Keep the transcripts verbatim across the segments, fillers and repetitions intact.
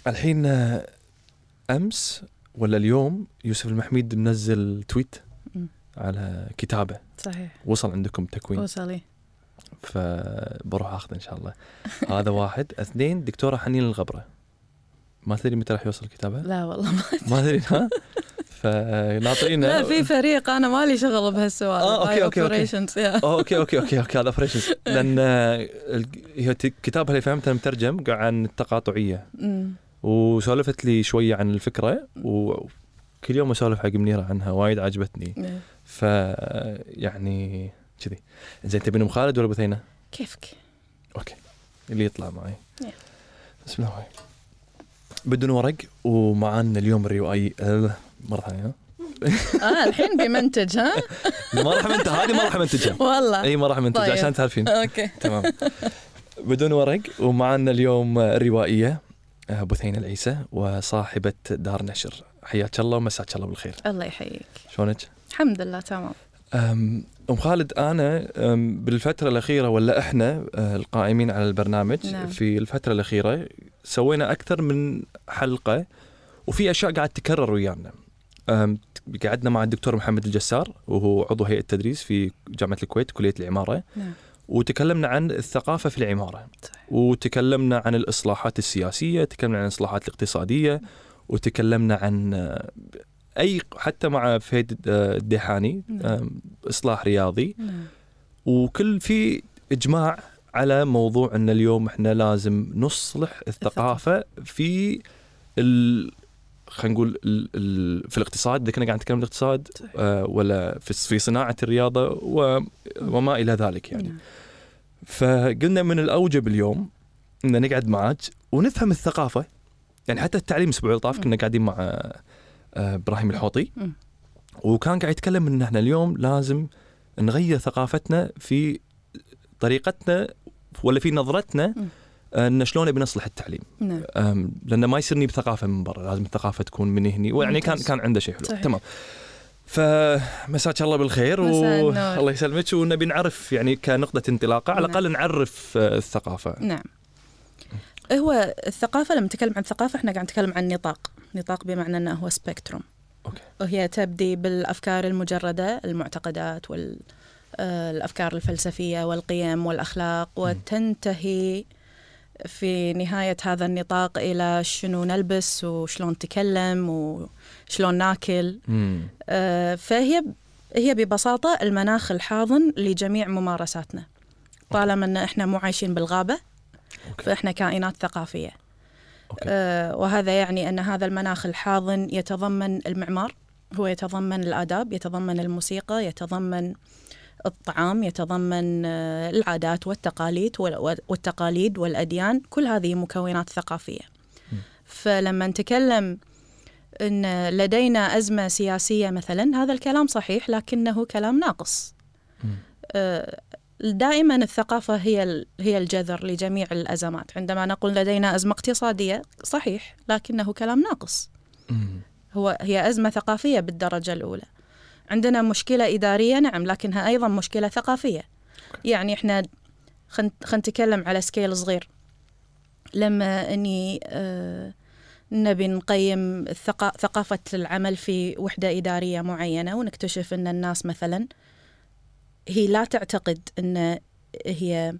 الحين أمس ولا اليوم يوسف المحميد منزل تويت م. على كتابه. صحيح. وصل عندكم تكوين؟ وصلي. فبروح أخذ إن شاء الله. هذا واحد. اثنين، دكتورة حنين الغبرة، ما تدري متى راح يوصل كتابها؟ لا والله ما ما تدري. ها فناطرينا. لا في فريق أنا مالي شغل بهالسؤال. آه أوكي أوكي أوكي. أوكي أوكي أوكي أوكي هذا operations. لأن هي كتابها اللي فهمتها مترجم عن التقاطعية، وسولفت لي شوية عن الفكرة، وكل يوم أسولف حق منيرة عنها، وايد عجبتني. ف يعني كذي. زين تبين أم خالد ولا بثينة؟ كيفك؟ أوكي اللي يطلع معي. بسم الله. بدون ورق، ومعانا اليوم الروائي مرة ثانية. آه الحين بمنتج. ها ما راح منتج، هذه ما راح منتجها والله. أي ما راح منتج. طيب. عشان تعرفين. أوكي تمام. بدون ورق، ومعانا اليوم الروائية بثينة العيسى وصاحبة دار نشر. حياك الله ومساك الله بالخير. الله يحييك. شلونك؟ الحمد لله تمام. أم خالد، أنا بالفترة الأخيرة ولا إحنا القائمين على البرنامج نعم. في الفترة الأخيرة سوينا أكثر من حلقة، وفي أشياء قاعد تكرر ويانا. قعدنا مع الدكتور محمد الجسار، وهو عضو هيئة التدريس في جامعة الكويت كلية العمارة. نعم. وتكلمنا عن الثقافة في العمارة. صحيح. وتكلمنا عن الإصلاحات السياسية، تكلمنا عن الإصلاحات الاقتصادية، وتكلمنا عن أي حتى مع فهد الديحاني إصلاح رياضي. نعم. وكل في إجماع على موضوع أن اليوم إحنا لازم نصلح الثقافة في ال خلينا نقول ال ال في الاقتصاد، إذا كنا قاعد نتكلم الاقتصاد، آه ولا في في صناعة الرياضة وما إلى ذلك يعني. نعم. فقلنا من الأوجب اليوم إن نقعد معاك ونفهم الثقافة. يعني حتى التعليم الأسبوع اللي طاف كنا قاعدين مع آه إبراهيم الحوطي، وكان قاعد يتكلم إن إحنا اليوم لازم نغير ثقافتنا في طريقتنا ولا في نظرتنا أن شلون بنصلح التعليم. نعم. لأن ما يصيرني بثقافة من برا، لازم الثقافة تكون من هني. ويعني كان كان عنده شيء حلو. صحيح. تمام. فمساك الله بالخير والله يسلمك. ونبي نعرف يعني كنقطة انطلاقة على الأقل نعرف الثقافة. نعم. هو الثقافة لما نتكلم عن الثقافة احنا قاعد نتكلم عن نطاق نطاق بمعنى أنه هو سبيكتروم. أوكي. وهي تبدي بالأفكار المجردة، المعتقدات والأفكار الفلسفية والقيم والأخلاق، وتنتهي في نهاية هذا النطاق إلى شنو نلبس وشلون نتكلم وشلون ناكل. آه فهي هي ببساطة المناخ الحاضن لجميع ممارساتنا. طالما أن إحنا مو عايشين بالغابة، أوكي. فإحنا كائنات ثقافية. آه وهذا يعني أن هذا المناخ الحاضن يتضمن المعمار، هو يتضمن الآداب، يتضمن الموسيقى، يتضمن الطعام، يتضمن العادات والتقاليد والتقاليد والأديان. كل هذه مكونات ثقافية. م. فلما نتكلم أن لدينا أزمة سياسية مثلا، هذا الكلام صحيح لكنه كلام ناقص. آه دائما الثقافة هي هي الجذر لجميع الأزمات. عندما نقول لدينا أزمة اقتصادية صحيح لكنه كلام ناقص. م. هو هي أزمة ثقافية بالدرجة الأولى. عندنا مشكلة إدارية، نعم، لكنها أيضا مشكلة ثقافية. يعني إحنا خن نتكلم على سكيل صغير. لما أني آه نبي نقيم الثقا ثقافة العمل في وحدة إدارية معينة، ونكتشف أن الناس مثلا هي لا تعتقد أن هي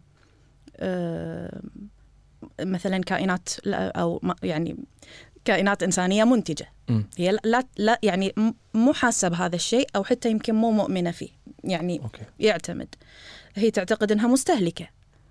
آه مثلا كائنات أو يعني كائنات إنسانية منتجة. م. هي لا لا يعني مو حاسة بهذا الشيء، أو حتى يمكن مو مؤمنة فيه. يعني أوكي. يعتمد، هي تعتقد أنها مستهلكة.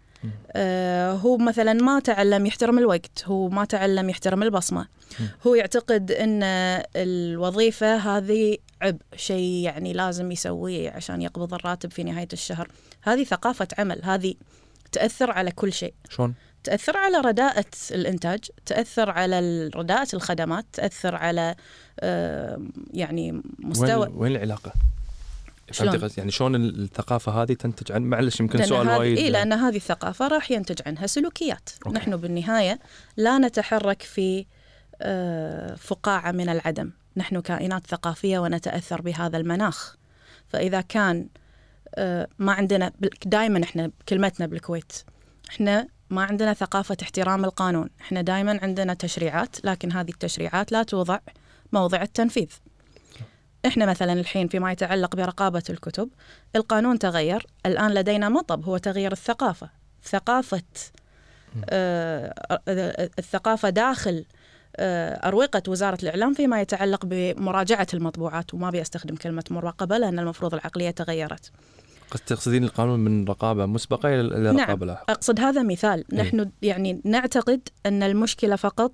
آه هو مثلا ما تعلم يحترم الوقت، هو ما تعلم يحترم البصمة. م. هو يعتقد أن الوظيفة هذه عبء، شيء يعني لازم يسويه عشان يقبض الراتب في نهاية الشهر. هذه ثقافة عمل، هذه تأثر على كل شيء. شون؟ تأثر على رداءة الإنتاج، تأثر على رداءة الخدمات، تأثر على آه يعني مستوى. وين, وين العلاقة؟ فهمت يعني شلون الثقافة هذه تنتج عن معلش يمكن سؤال وايد. إيه لأن هذه الثقافة راح ينتج عنها سلوكيات. أوكي. نحن بالنهاية لا نتحرك في آه فقاعة من العدم، نحن كائنات ثقافية ونتأثر بهذا المناخ. فإذا كان آه ما عندنا، دائما إحنا كلمتنا بالكويت إحنا ما عندنا ثقافة احترام القانون. إحنا دائما عندنا تشريعات، لكن هذه التشريعات لا توضع موضع التنفيذ. إحنا مثلا الحين فيما يتعلق برقابة الكتب، القانون تغير، الآن لدينا مطب هو تغيير الثقافة. ثقافة آه الثقافة داخل آه أروقة وزارة الإعلام فيما يتعلق بمراجعة المطبوعات، وما بيستخدم كلمة مراقبة لأن المفروض العقلية تغيرت. قد تقصدين القانون من رقابة مسبقة إلى رقابة نعم، لاحقة؟ أقصد هذا مثال. إيه؟ نحن يعني نعتقد أن المشكلة فقط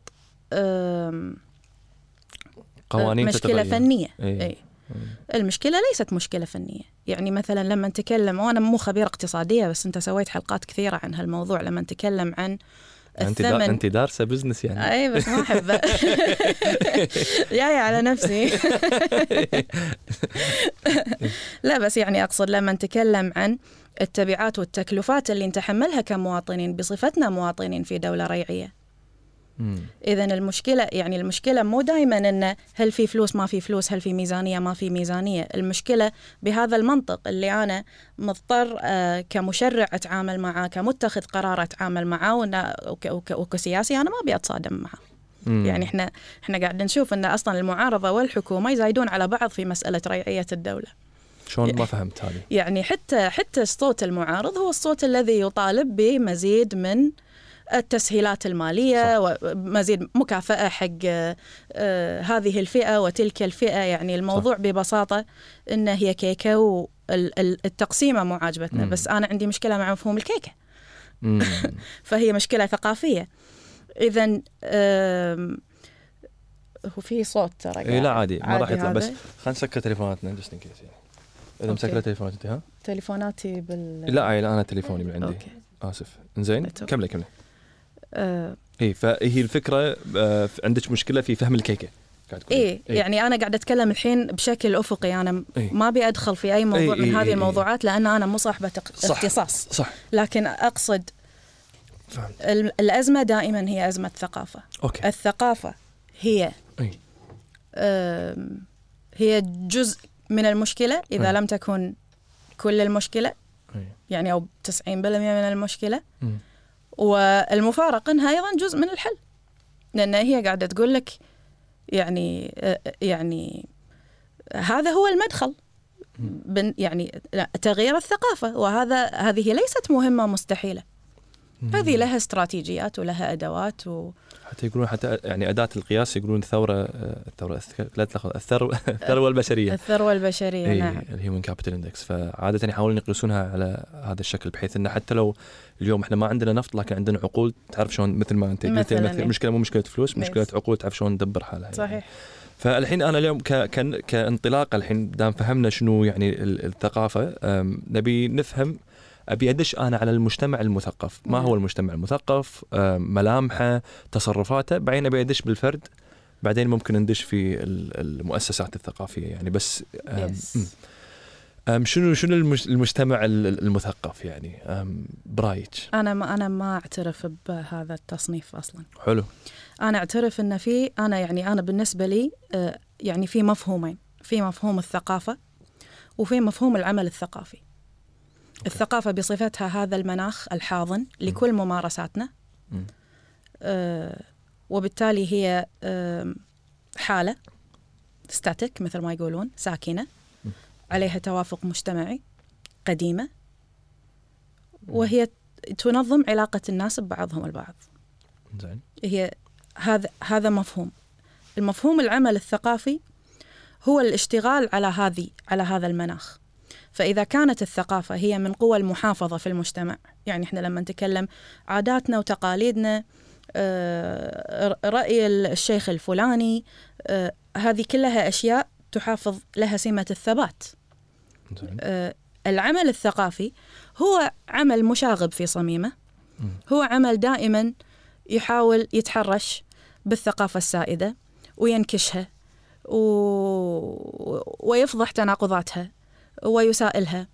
قوانين مشكلة تتغير. فنية. إيه؟ إيه؟ المشكلة ليست مشكلة فنية. يعني مثلا لما نتكلم، وأنا مو خبيرة اقتصادية بس أنت سويت حلقات كثيرة عن هالموضوع، لما نتكلم عن أنت الثمن. دا أنت دارسة بزنس يعني. أي بس ما أحب جاي على نفسي. لا بس يعني أقصد لما نتكلم عن التبعات والتكلفات اللي نتحملها كمواطنين بصفتنا مواطنين في دولة ريعية. إذن المشكلة يعني المشكلة مو دائما إن هل في فلوس ما في فلوس، هل في ميزانية ما في ميزانية. المشكلة بهذا المنطق اللي أنا مضطر آه كمشرع أتعامل معه، كمتخذ قرار أتعامل معه، وك وك وكسياسي أنا ما أبي أتصادم معه. مم. يعني إحنا إحنا قاعد نشوف إن أصلا المعارضة والحكومة يزايدون على بعض في مسألة ريعية الدولة. شلون؟ ما فهمت هذه. يعني حتى حتى الصوت المعارض هو الصوت الذي يطالب بمزيد من التسهيلات المالية، صح. ومزيد مكافأة حق آه هذه الفئة وتلك الفئة. يعني الموضوع صح. ببساطة إن هي كيكة والتقسيمة مو عاجبتنا. بس أنا عندي مشكلة مع مفهوم الكيكة. فهي مشكلة ثقافية. إذن آه هو في صوت ترى. إيه لا عادي، ما راح يطلع. بس خلينا نسكر تليفوناتنا just in case يعني. إذا مسكرة تليفوناتي ها؟ تليفوناتي بال. لا لا أنا تليفوني من عندي. أوكي. آسف. إنزين كملي كملي. أه إيه فهي الفكرة آه عندك مشكلة في فهم الكيكة. إيه, إيه يعني أنا قاعدة أتكلم الحين بشكل أفقي. أنا إيه؟ ما أبي أدخل في أي موضوع إيه من إيه هذه إيه الموضوعات لأن أنا مو صاحبة اختصاص. صح. لكن أقصد فهمت. الأزمة دائما هي أزمة ثقافة. أوكي. الثقافة هي إيه؟ آه هي جزء من المشكلة إذا إيه؟ لم تكن كل المشكلة. إيه؟ يعني أو تسعين بالمئة من المشكلة. م. والمفارقة أنها أيضا جزء من الحل، لأن هي قاعدة تقول لك يعني يعني هذا هو المدخل يعني تغيير الثقافة، وهذا هذه ليست مهمة مستحيلة. هذه لها استراتيجيات ولها أدوات و... حتى يقولون حتى يعني أداة القياس يقولون الثورة الثورة لا تلخبط الثروة الثروة البشرية الثروة البشرية إيه نعم الهيومن كابيتال اندكس. فعادة يحاولون يقيسونها على هذا الشكل، بحيث إن حتى لو اليوم إحنا ما عندنا نفط لكن عندنا عقول تعرف شلون، مثل ما أنت قلت المشكلة مو مشكلة فلوس، مشكلة عقول تعرف شلون ندبر حالها يعني. صحيح. فالحين أنا اليوم ك كان كانطلاق الحين دام فهمنا شنو يعني الثقافة، نبي نفهم. أبي أدش أنا على المجتمع المثقف. ما هو المجتمع المثقف؟ ملامحه، تصرفاته. بعدين أبي أدش بالفرد، بعدين ممكن ندش في المؤسسات الثقافية يعني. بس yes. أم شنو شنو المجتمع المثقف يعني برايك؟ أنا ما أنا ما أعترف بهذا التصنيف أصلاً. حلو. أنا أعترف إن في أنا يعني أنا بالنسبة لي يعني في مفهومين، في مفهوم الثقافة وفي مفهوم العمل الثقافي. أوكي. الثقافة بصفتها هذا المناخ الحاضن لكل م. ممارساتنا، آه وبالتالي هي آه حالة ستاتيك مثل ما يقولون، ساكنة م. عليها توافق مجتمعي قديمة، وهي تنظم علاقة الناس ببعضهم البعض. زين. هي هذا هذا مفهوم. المفهوم العمل الثقافي هو الاشتغال على هذه على هذا المناخ. فإذا كانت الثقافة هي من قوى المحافظة في المجتمع، يعني إحنا لما نتكلم عاداتنا وتقاليدنا، رأي الشيخ الفلاني، هذه كلها أشياء تحافظ لها سمة الثبات. العمل الثقافي هو عمل مشاغب في صميمه، هو عمل دائما يحاول يتحرش بالثقافة السائدة وينكشها و... ويفضح تناقضاتها ويسائلها،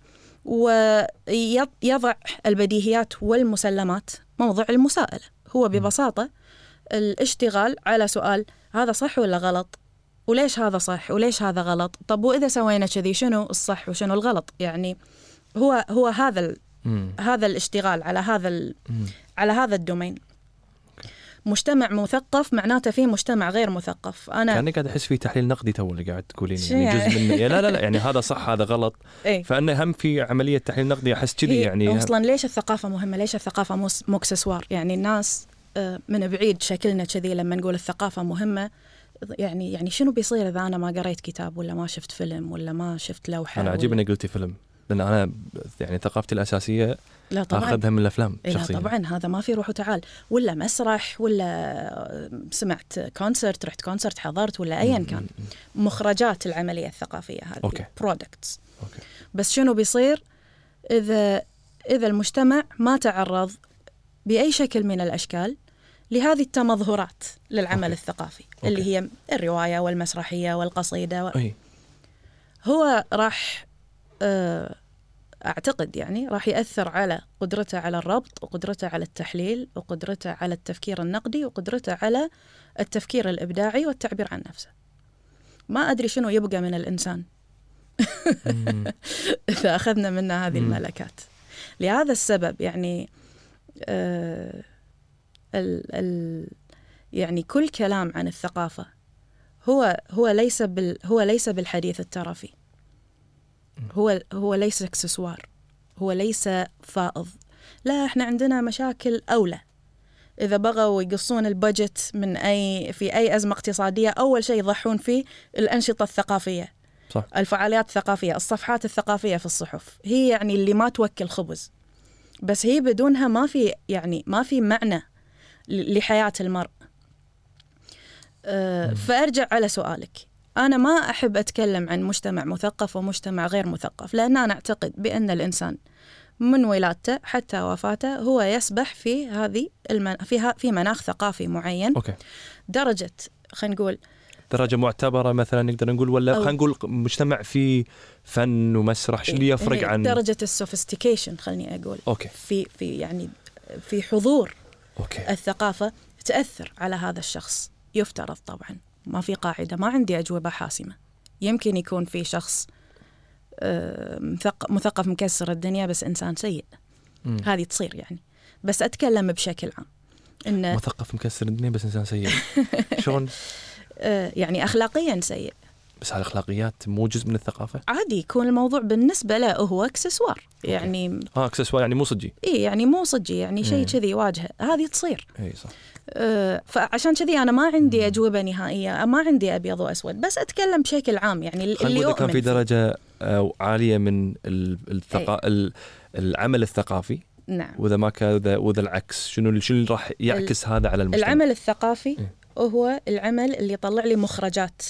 ويضع البديهيات والمسلمات موضع المساءلة. هو ببساطة الاشتغال على سؤال هذا صح ولا غلط، وليش هذا صح وليش هذا غلط، طب وإذا سوينا كذي شنو الصح وشنو الغلط. يعني هو هو هذا مم. هذا الاشتغال على هذا ال... مم. على هذا الدومين. مجتمع مثقف معناته فيه مجتمع غير مثقف. أنا كأني قاعد أحس في تحليل نقدي تو اللي قاعد تقولين شو يعني, يعني؟ جزء منه يعني لا لا لا يعني هذا صح هذا غلط. إيه؟ فأنه هم في عملية تحليل نقدي أحس كذي هي يعني. أصلا ليش الثقافة مهمة؟ ليش الثقافة مو مو اكسسوار؟ يعني الناس آه، من بعيد شكلنا كذي لما نقول الثقافة مهمة، يعني يعني شنو بيصير إذا أنا ما قريت كتاب ولا ما شفت فيلم ولا ما شفت لوحة؟ أنا عجيبني قلتي فيلم، لأن أنا يعني ثقافتي الأساسية لا طبعا أخذها من الأفلام لا شخصيا. طبعا هذا ما في روح وتعال، ولا مسرح ولا سمعت كونسرت، رحت كونسرت، حضرت، ولا أيا كان مخرجات العملية الثقافية هذه أوكي. برودكتس. أوكي. بس شنو بيصير إذا إذا المجتمع ما تعرض بأي شكل من الأشكال لهذه التمظهرات للعمل أوكي. الثقافي أوكي. اللي هي الرواية والمسرحية والقصيدة و... أي. هو راح آه، أعتقد يعني راح يأثر على قدرته على الربط، وقدرته على التحليل، وقدرته على التفكير النقدي، وقدرته على التفكير الإبداعي والتعبير عن نفسه. ما أدري شنو يبقى من الإنسان إذا أخذنا منه هذه الملكات. لهذا السبب يعني آه ال ال يعني كل كلام عن الثقافة هو هو ليس بال هو ليس بالحديث الترفي، هو هو ليس اكسسوار، هو ليس فائض. لا، احنا عندنا مشاكل أولى. إذا بغوا يقصون البجت من أي في أي أزمة اقتصادية، أول شيء يضحون فيه الأنشطة الثقافية. صح. الفعاليات الثقافية، الصفحات الثقافية في الصحف، هي يعني اللي ما توكل خبز، بس هي بدونها ما في يعني ما في معنى لحياة المرء. أه فأرجع على سؤالك، أنا ما أحب أتكلم عن مجتمع مثقف ومجتمع غير مثقف، لأن أنا أعتقد بأن الإنسان من ولادته حتى وفاته هو يسبح في هذه المن... فيها في مناخ ثقافي معين. أوكي. درجة خلينا نقول درجة معتبرة مثلا نقدر نقول، ولا خلينا نقول مجتمع فيه فن ومسرح، شو اللي يفرق إيه عن درجة السوفيستيكيشن خلني أقول. أوكي. في في يعني في حضور أوكي. الثقافة تأثر على هذا الشخص. يفترض طبعا، ما في قاعدة، ما عندي أجوبة حاسمة. يمكن يكون في شخص مثقف مكسر الدنيا بس إنسان سيء، مم. هذه تصير يعني. بس أتكلم بشكل عام إنه مثقف مكسر الدنيا بس إنسان سيء. شلون؟ يعني أخلاقيا سيء. بس هالأخلاقيات مو جزء من الثقافة؟ عادي يكون الموضوع بالنسبة له هو اكسسوار يعني. آه اكسسوار يعني مو صجي. إيه يعني مو صجي يعني شيء كذي واجهه، هذه تصير. إيه صح. أه فعشان كذي أنا ما عندي أجوبة نهائية، ما عندي أبيض وأسود، بس أتكلم بشكل عام يعني اللي يؤمن كان في درجة فيه. عالية من الثقا... أي. العمل الثقافي. نعم. وإذا ما كان وإذا العكس، شنو شنو اللي راح يعكس ال... هذا على المجتمع؟ العمل الثقافي إيه؟ هو العمل اللي يطلع لي مخرجات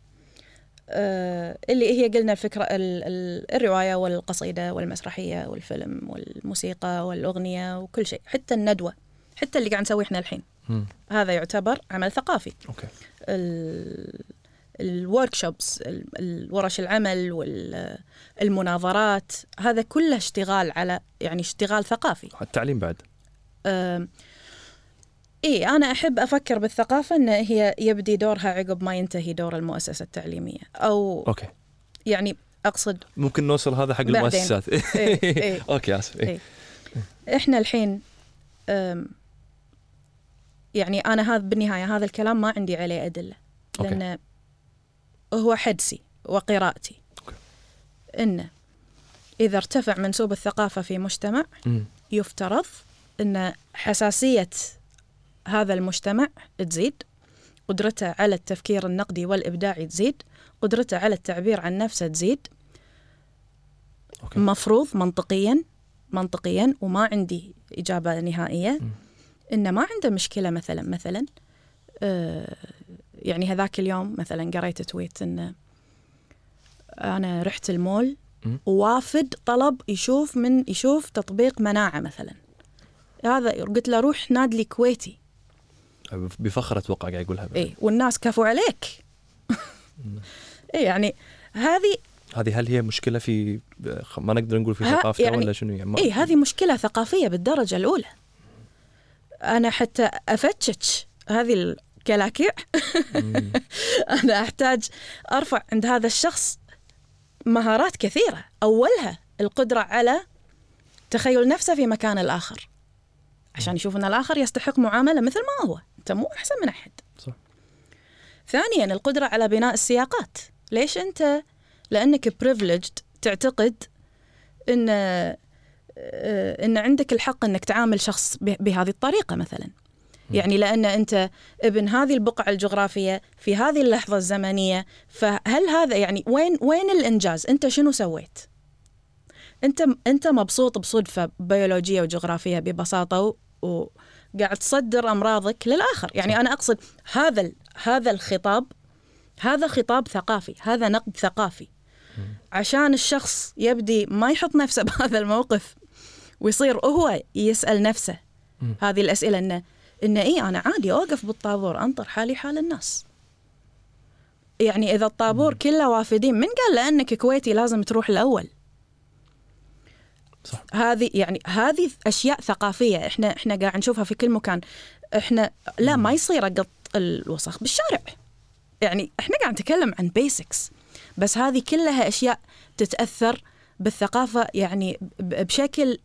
أه اللي هي قلنا الفكرة ال... ال... الرواية والقصيدة والمسرحية والفيلم والموسيقى والأغنية وكل شيء، حتى الندوة، حتى اللي قاعد نسويه احنا الحين. م. هذا يعتبر عمل ثقافي. أوكي. ال... الوركشوبس، الورش العمل والمناظرات، هذا كله اشتغال على يعني اشتغال ثقافي. التعليم بعد. أه إيه أنا أحب أفكر بالثقافة أن هي يبدي دورها عقب ما ينتهي دور المؤسسة التعليمية، أو أوكي. يعني أقصد ممكن نوصل هذا حق المؤسسات. إيه إيه. أوكي آسف. إيه. إيه. إحنا الحين يعني أنا هذا بالنهاية هذا الكلام ما عندي عليه أدلة، لأن هو حدسي وقراءتي. أوكي. إنه إذا ارتفع منسوب الثقافة في مجتمع م. يفترض أن حساسية هذا المجتمع تزيد، قدرته على التفكير النقدي والإبداعي تزيد، قدرته على التعبير عن نفسه تزيد. أوكي. مفروض منطقيا منطقيا وما عندي إجابة نهائية م. إنه ما عنده مشكلة مثلا مثلا آه يعني هذاك اليوم مثلا قريت تويت إنه أنا رحت المول م. ووافد طلب يشوف من يشوف تطبيق مناعة مثلا، هذا قلت له روح نادلي كويتي بفخر أتوقع قاعد يقولها. إيه والناس كفوا عليك. إيه يعني هذه هذه هل هي مشكلة في ما نقدر نقول في ثقافة يعني ولا شنو يعني؟ إيه هذه مشكلة ثقافية بالدرجة الأولى. أنا حتى أفتشش هذه الكلاكيع أنا أحتاج أرفع عند هذا الشخص مهارات كثيرة، أولها القدرة على تخيل نفسه في مكان الآخر عشان يشوف أن الآخر يستحق معاملة مثل ما هو، أنت مو أحسن من أحد. صح. ثانيا القدرة على بناء السياقات. ليش أنت لأنك privileged تعتقد أن أن عندك الحق أنك تعامل شخص بهذه الطريقة مثلا؟ يعني لأن أنت ابن هذه البقعة الجغرافية في هذه اللحظة الزمنية، فهل هذا يعني وين وين الإنجاز؟ أنت شنو سويت؟ أنت أنت مبسوط بصدفة بيولوجية وجغرافية ببساطة وقاعد تصدر أمراضك للآخر. يعني صح. أنا أقصد هذا هذا الخطاب، هذا خطاب ثقافي، هذا نقد ثقافي. م. عشان الشخص يبدي ما يحط نفسه بهذا الموقف ويصير هو يسأل نفسه م. هذه الأسئلة، إنه إنه إيه أنا عادي أوقف بالطابور أنطر حالي حال الناس. يعني إذا الطابور م. كله وافدين، من قال لأنك كويتي لازم تروح الأول؟ صح. هذه يعني هذه أشياء ثقافية إحنا إحنا قاعد نشوفها في كل مكان. إحنا لا ما يصير أقط الوسخ بالشارع. يعني إحنا قاعد نتكلم عن بيسكس، بس هذه كلها أشياء تتأثر بالثقافة يعني بشكل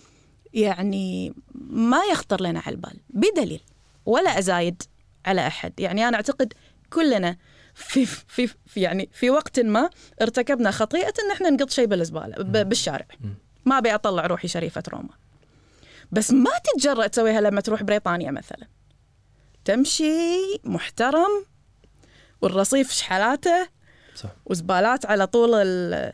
يعني ما يخطر لنا على البال بدليل، ولا أزايد على أحد. يعني أنا أعتقد كلنا في في في يعني في وقت ما ارتكبنا خطيئة إن إحنا نقط شيء بالزبالة بالشارع. ما أبي أطلع روحي شريفة روما، بس ما تتجرأ تسويها لما تروح بريطانيا مثلا، تمشي محترم والرصيف شحالاته صح. وزبالات على طول ال...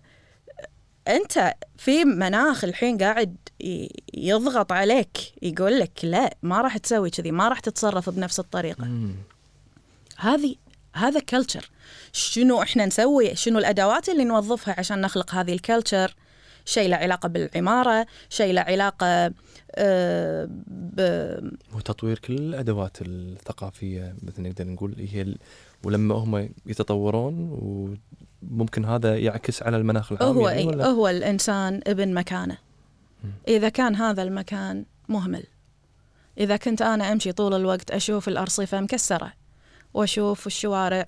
أنت في مناخ الحين قاعد يضغط عليك يقول لك لا ما راح تسوي كذي، ما راح تتصرف بنفس الطريقة. مم. هذه هذا كلتشر. شنو إحنا نسوي؟ شنو الأدوات اللي نوظفها عشان نخلق هذه الكلتشر؟ شيء له علاقة بالعمارة، شيء له علاقة أه ب... وتطوير كل الأدوات الثقافية مثل نقدر نقول هي ال... ولما هم يتطورون وممكن هذا يعكس على المناخ العام. هو يعني ولا؟ هو الإنسان ابن مكانه. م. إذا كان هذا المكان مهمل، إذا كنت أنا أمشي طول الوقت أشوف الأرصفة مكسرة وأشوف الشوارع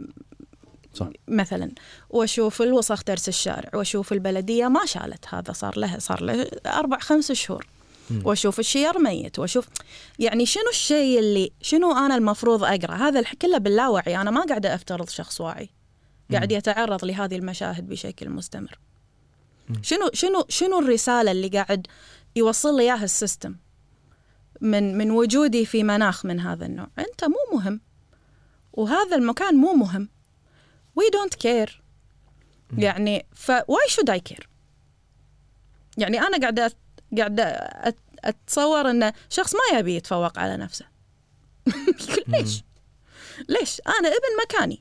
صح. مثلا، واشوف الوسخ ترس الشارع، واشوف البلديه ما شالت هذا صار له صار له اربع خمس شهور، واشوف الشير ميت، واشوف يعني شنو الشيء اللي شنو انا المفروض اقرا. هذا كله باللاوعي، انا ما قاعده افترض شخص واعي قاعد يتعرض لهذه المشاهد بشكل مستمر. م. شنو شنو شنو الرساله اللي قاعد يوصل لي اياها السيستم من من وجودي في مناخ من هذا النوع؟ انت مو مهم وهذا المكان مو مهم. we don't care. يعني ف why should I care؟ يعني أنا قاعدة قاعدة أتصور أن شخص ما يبي يتفوق على نفسه. ليش؟ ليش؟ أنا ابن مكاني.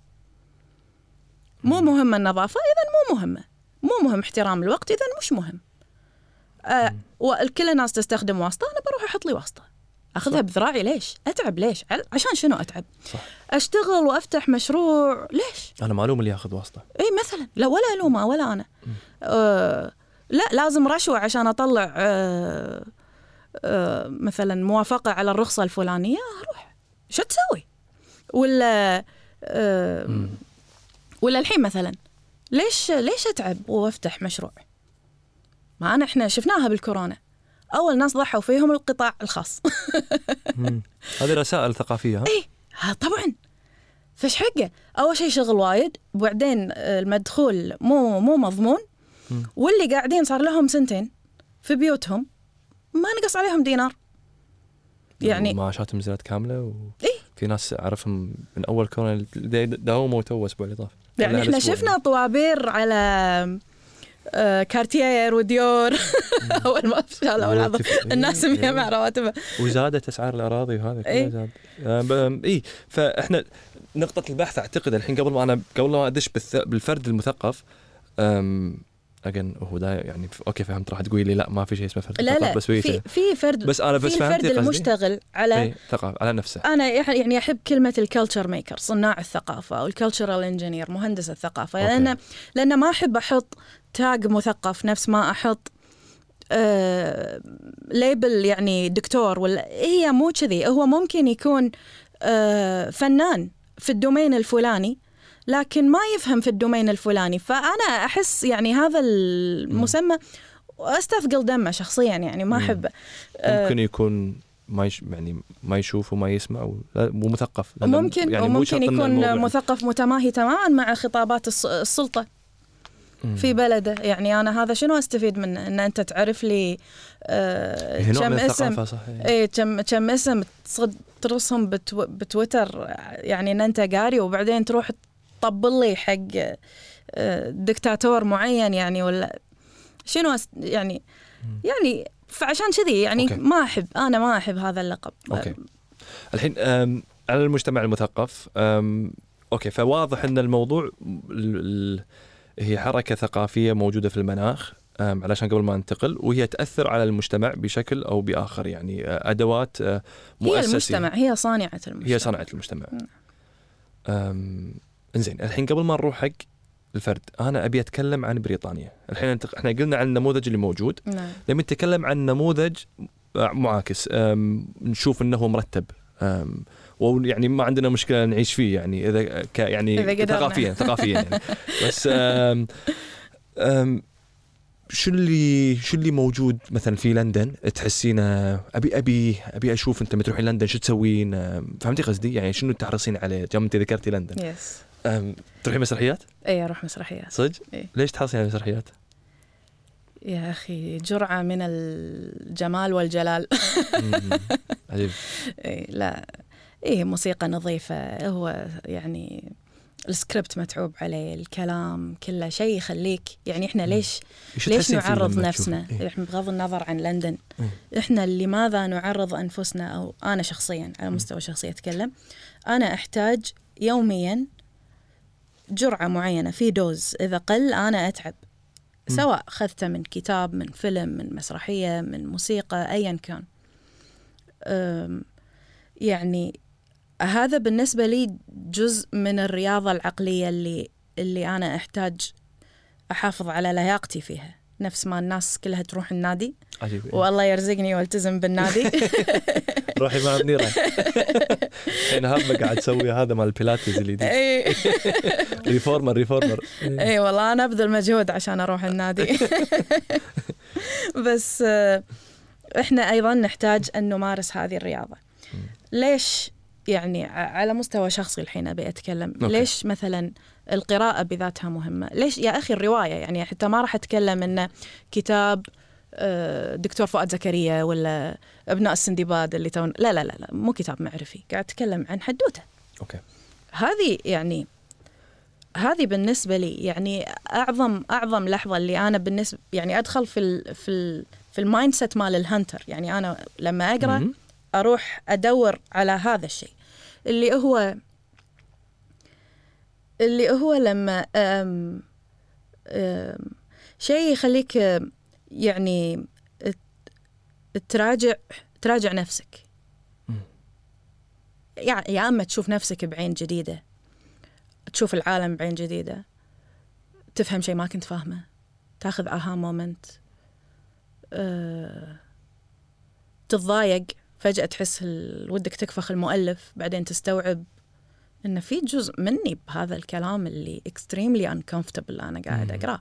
مو مهمة النظافة إذن مو مهمة، مو مهم احترام الوقت إذن مش مهم. آه والكل الناس تستخدم واسطة، أنا بروح أحط لي واسطة أخذها بذراعي. ليش؟ أتعب ليش؟ عشان شنو أتعب؟ صح. أشتغل وأفتح مشروع ليش؟ أنا ما ألوم اللي ياخذ واسطة. إيه مثلا، لا ولا ألومه ولا أنا. آه لا لازم رشوة عشان أطلع آه آه مثلا موافقة على الرخصة الفلانية، أروح شو تسوي؟ ولا آه ولا الحين مثلا ليش ليش أتعب وأفتح مشروع؟ ما أنا إحنا شفناها بالكورونا، أول ناس ضحوا فيهم القطاع الخاص. هذه رسائل ثقافية. إيه طبعا. فش حقه؟ أول شيء شغل وايد، وبعدين المدخول مو مو مضمون، واللي قاعدين صار لهم سنتين في بيوتهم ما نقص عليهم دينار. يعني معاشاتهم نزلت كاملة و... إيه؟ في ناس أعرفهم من أول كورونا داوموا تو أسبوع اللي طاف. يعني إحنا شفنا طوابير على كارتير وديور أول ما شالوا العظم الناس مجمع رواتبها، وزادت أسعار الأراضي وهذا كله زاد. آه إيه فإحنا نقطة البحث أعتقد الحين قبل ما أنا قبل ما أدش بالفرد المثقف أجن هو ده يعني أوكي فهمت. راح تقولي لي لا ما في شيء اسمه فرد لا مثقف، لا بس في في فرد بس أنا بس في فهمت الفرد المشتغل على إيه ثقافة على نفسه. أنا يعني أحب كلمة الكالتشر ميكر، صناع الثقافة، أو الكالتشرال انجينير، مهندس الثقافة. لأن لأن ما أحب أحط تاج مثقف نفس ما أحط آه ليبل يعني دكتور، ولا هي مو كذي. هو ممكن يكون آه فنان في الدومين الفلاني لكن ما يفهم في الدومين الفلاني، فأنا أحس يعني هذا المسمى واستثقل دمه شخصيا يعني ما احب. ممكن يكون ما يش يعني ما يشوف وما يسمع مو مثقف. ممكن يعني ممكن يكون مثقف متماهي تماما مع خطابات السلطة في بلده. يعني أنا هذا شنو أستفيد منه؟ إن أنت تعرف لي آه كم اسم إيه كم كم اسم ترسهم بتو بتويتر، يعني إن أنت قاري وبعدين تروح تطبل لي حق آه دكتاتور معين يعني ولا شنو أست يعني مم. يعني فعشان كذي يعني أوكي. ما أحب أنا ما أحب هذا اللقب. أوكي. الحين على المجتمع المثقف أوكي فواضح أن الموضوع ال هي حركة ثقافية موجودة في المناخ علشان قبل ما ننتقل، وهي تأثر على المجتمع بشكل أو بآخر. يعني أدوات مؤسسية. هي المجتمع هي صانعة المجتمع. هي صانعة المجتمع. إنزين الحين قبل ما نروح حق الفرد أنا أبي أتكلم عن بريطانيا. الحين إحنا قلنا عن النموذج اللي موجود. نعم. لما نتكلم عن نموذج معاكس نشوف أنه مرتب ويعني ما عندنا مشكلة نعيش فيه يعني إذا ك يعني ثقافيا ثقافيا يعني. بس أم أم شو اللي شو اللي موجود مثلا في لندن تحسينه أبي أبي أبي أشوف أنت متروحين لندن شو تسوين؟ فهمتي قصدي يعني شنو تحرصين عليه؟ جام أنت ذكرتي لندن. يس. تروحين مسرحيات؟ اي اروح مسرحيات. صدق؟ إيه؟ ليش تحرصين على مسرحيات؟ يا اخي جرعة من الجمال والجلال. عجيب. إيه لا ايه موسيقى نظيفة، هو يعني السكريبت متعوب عليه، الكلام كله شيء يخليك يعني احنا ليش ليش نعرض نفسنا إيه؟ بغض النظر عن لندن إيه؟ احنا لماذا نعرض انفسنا؟ او انا شخصيا على مستوى شخصي اتكلم، انا احتاج يوميا جرعة معينة في دوز، إذا قل أنا أتعب، سواء أخذته من كتاب من فيلم من مسرحية من موسيقى أيا كان. يعني هذا بالنسبة لي جزء من الرياضة العقلية اللي اللي أنا أحتاج أحافظ على لياقتي فيها، نفس ما الناس كلها تروح النادي والله يرزقني والتزم بالنادي. روحي مع منيرة. الحين هذا قاعد تسوي هذا مال البيلاتيز اللي دي. ريفورمر ريفورمر. اي والله انا ابذل مجهود عشان اروح النادي. بس احنا ايضا نحتاج ان نمارس هذه الرياضة. ليش يعني على مستوى شخصي الحين ابي اتكلم أوكي. ليش مثلا القراءة بذاتها مهمة؟ ليش يا اخي الرواية؟ يعني حتى ما راح اتكلم انه كتاب دكتور فؤاد زكريا ولا ابناء السندباد اللي تون، لا لا لا لا مو كتاب معرفي، قاعد اتكلم عن حدوته. اوكي. هذه يعني هذه بالنسبه لي يعني اعظم اعظم لحظه اللي انا بالنسبه يعني ادخل في ال في ال في المايند سيت مال الهانتر. يعني انا لما اقرا م- اروح ادور على هذا الشيء اللي هو اللي هو لما أم أم شيء يخليك يعني تراجع تراجع نفسك. يعني يا أما تشوف نفسك بعين جديدة، تشوف العالم بعين جديدة، تفهم شيء ما كنت فاهمه، تاخذ آها مومنت، أه، تتضايق فجأة تحس ودك تكفخ المؤلف، بعدين تستوعب إن في جزء مني بهذا الكلام اللي extremely uncomfortable أنا قاعد أقرأ.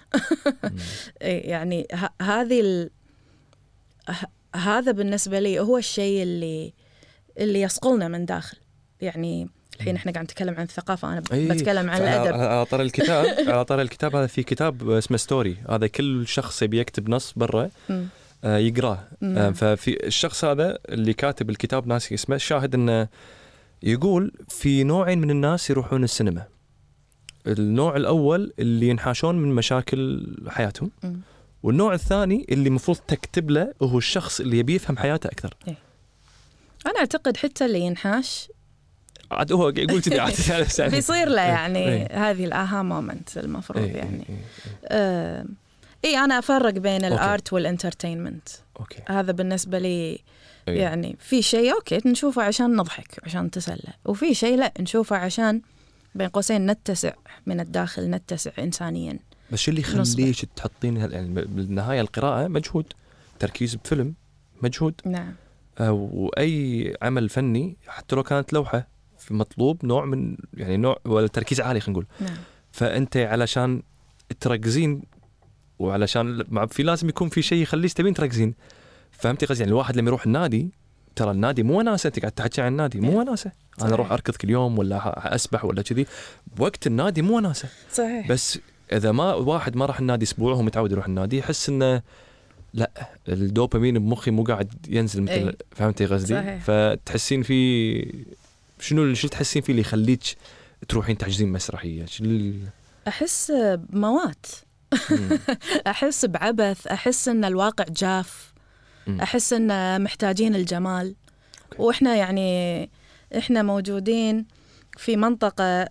يعني ه- هذه ال... ه- هذا بالنسبة لي هو الشيء اللي اللي يصقلنا من داخل. يعني الحين احنا قاعد نتكلم عن الثقافة، أنا أيه. بتكلم عن الأدب. على طار الكتاب على طار الكتاب هذا في كتاب اسمه ستوري، هذا كل شخص يبي يكتب نص برا آه يقراه. آه ففي الشخص هذا اللي كاتب الكتاب ناسي اسمه، الشاهد إنه يقول في نوعين من الناس يروحون السينما. النوع الأول اللي ينحاشون من مشاكل حياتهم م. والنوع الثاني اللي مفروض تكتب له وهو الشخص اللي يبي يفهم حياته أكثر. إيه. أنا أعتقد حتى اللي ينحاش عاد هو قلت لي عاد بيصير له يعني إيه. هذه الآها مومنت المفروض إيه يعني إيه إيه. آه إيه أنا أفرق بين الآرت والإنترتينمنت. أوكي. هذا بالنسبة لي إيه. يعني في شيء أوكي نشوفه عشان نضحك عشان نتسلى، وفي شيء لا نشوفه عشان بين قوسين نتسع من الداخل، نتسع إنسانيا. بس شو اللي يخليش تحطين يعني بالنهاية القراءة مجهود، تركيز بفيلم مجهود. نعم. آه وأي عمل فني حتى لو كانت لوحة في مطلوب نوع من يعني نوع ولا تركيز عالي خلينا نقول. نعم. فأنت علشان تركزين وعلشان مع في لازم يكون في شيء يخليك تبين تركزين. فهمتي قصدي؟ يعني الواحد لما يروح النادي ترى النادي مو وناسه، انت قاعد تحكي عن النادي مو وناسه. انا اروح اركض كل يوم ولا اسبح ولا كذي، وقت النادي مو وناسه. صحيح. بس اذا ما واحد ما راح النادي اسبوع وهو متعود يروح النادي يحس انه لا الدوبامين بمخي مو قاعد ينزل مثل أي. فهمتي قصدي؟ صحيح. فتحسين في شنو اللي شو تحسين فيه اللي يخليك تروحين تحجزين مسرحيه؟ شنو احس بموات احس بعبث، احس ان الواقع جاف، احس ان محتاجين الجمال. أوكي. واحنا يعني احنا موجودين في منطقه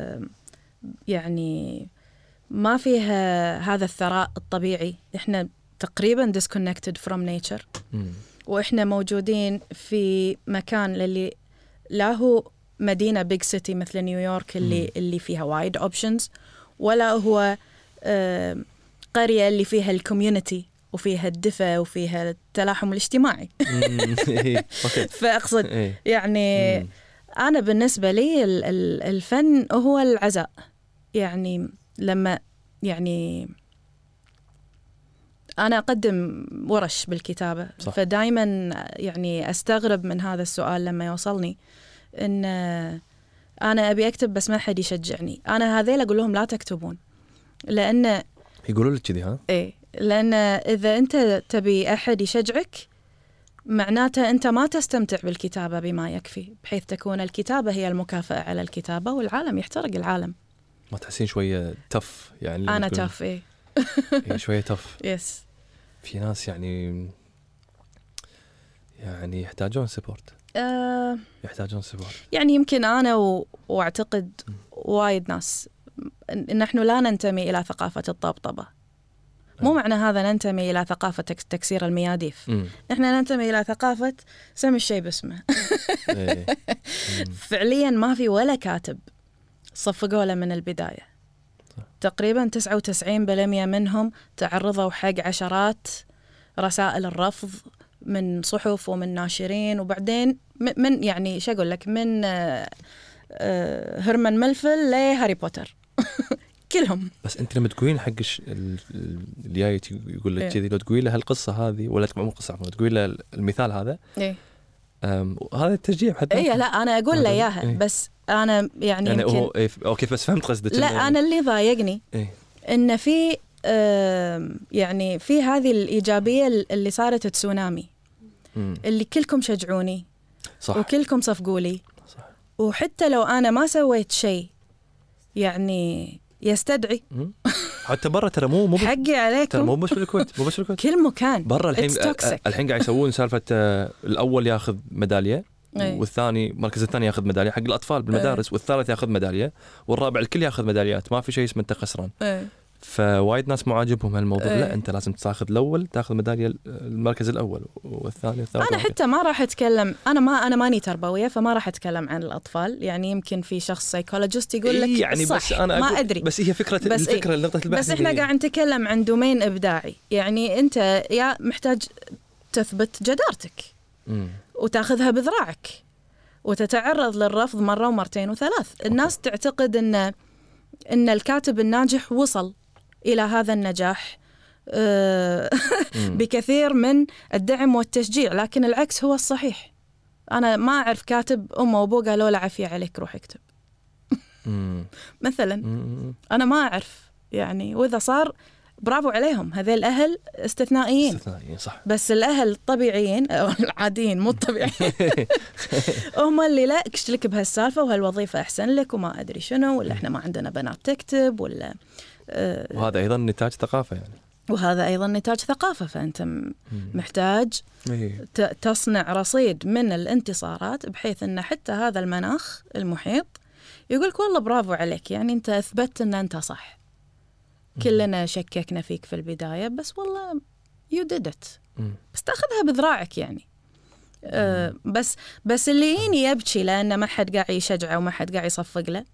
يعني ما فيها هذا الثراء الطبيعي، احنا تقريبا disconnected from nature. مم. واحنا موجودين في مكان اللي لا هو مدينه بيج سيتي مثل نيويورك اللي مم. اللي فيها وايد اوبشنز، ولا هو آه قريه اللي فيها الكوميونتي وفيها الدفء وفيها التلاحم الاجتماعي. فاقصد يعني مم. انا بالنسبه لي الفن هو العزاء. يعني لما يعني أنا أقدم ورش بالكتابة، صح. فدايما يعني أستغرب من هذا السؤال لما يوصلني إن أنا أبي أكتب بس ما حد يشجعني. أنا هذيل أقول لهم لا تكتبون، لأن يقولوا لك كذي ها؟ إيه، لأن إذا أنت تبي أحد يشجعك معناته أنت ما تستمتع بالكتابة بما يكفي، بحيث تكون الكتابة هي المكافأة على الكتابة والعالم يحترق العالم. ما تحسين شوية تف يعني؟ أنا تف إيه. إيه شوية تف. يس. في ناس يعني يعني يحتاجون سبورت. أه يحتاجون سبورت. يعني يمكن أنا و... واعتقد وايد ناس إن نحن لا ننتمي إلى ثقافة الطبطبة. مو معنى هذا ننتمي إلى ثقافة تكسير المياديف. نحن ننتمي إلى ثقافة سمي الشيء باسمه. فعليا ما في ولا كاتب صفقوا له من البداية. تقريبا تسعة وتسعين بالمئة منهم تعرضوا حق عشرات رسائل الرفض من صحف ومن ناشرين، وبعدين من يعني شو أقول لك من هرمان ملفل لهاري بوتر كلهم. بس أنت لما تقولين حق اللي جاي يقول لك كذي، لو تقولي له هالقصة هذه ولا مو قصة عفوا، تقولي له المثال هذا إيه؟ هذا التشجيع حتى. إيه لا أنا أقول له إياها. إيه؟ بس أنا يعني يعني يمكن هو إيه أوكي بس فهمت قصدك. لا أنا اللي ضايقني إيه؟ إن في آه يعني في هذه الإيجابية اللي صارت تسونامي، مم. اللي كلكم شجعوني صح. وكلكم صفقوا لي، صح. وحتى لو أنا ما سويت شيء يعني يستدعي حتى برا ترى مو مو حقي عليكم، ترى مو بس بالكويت، مو بس بالكويت، كل مكان برا الحين الحين قاعد يسوون سالفة الأول ياخذ ميدالية أي. والثاني المركز الثاني ياخذ ميدالية حق الأطفال بالمدارس، أي. والثالث ياخذ ميدالية، والرابع الكل ياخذ ميداليات، ما في شيء اسمه أنت خسران. أي. فوايد ناس مو عاجبهم هالموضوع. أي. لا أنت لازم تاخذ الأول، تاخذ ميدالية المركز الأول والثاني والثالث. أنا حتى ما راح أتكلم، أنا ما أنا ماني تربوية فما راح أتكلم عن الأطفال. يعني يمكن في شخص سايكولوجيست يقول لك إيه يعني صح، بس أنا ما أدري، بس هي فكرة بس الفكرة إيه؟ نقطة البحث. بس إحنا قاعد نتكلم عن دومين إبداعي. يعني أنت يا محتاج تثبت جدارتك م. وتاخذها بذراعك وتتعرض للرفض مرة ومرتين وثلاث. الناس أوكي. تعتقد أن أن الكاتب الناجح وصل إلى هذا النجاح بكثير من الدعم والتشجيع، لكن العكس هو الصحيح. أنا ما أعرف كاتب أمه وأبوه قالوا له عافية عليك روح اكتب مثلا. أنا ما أعرف يعني، وإذا صار برافو عليهم، هذي الأهل استثنائيين. استثنائيين صح. بس الأهل الطبيعيين أو العاديين مو الطبيعيين هم اللي لا اكش لك بهالسالفة وهالوظيفة أحسن لك وما أدري شنو، ولا إحنا ما عندنا بنات تكتب، ولا آه وهذا أيضا نتاج ثقافة يعني. وهذا أيضا نتاج ثقافة. فأنت محتاج تصنع رصيد من الانتصارات بحيث أن حتى هذا المناخ المحيط يقولك والله برافو عليك، يعني أنت أثبتت أن أنت صح. كلنا شككنا فيك في البداية بس والله you did it. بس تأخذها بذراعك يعني. أه بس بس اللي يجيني يبكي لأنه ما حد قاعد يشجعه وما حد قاعد يصفق له،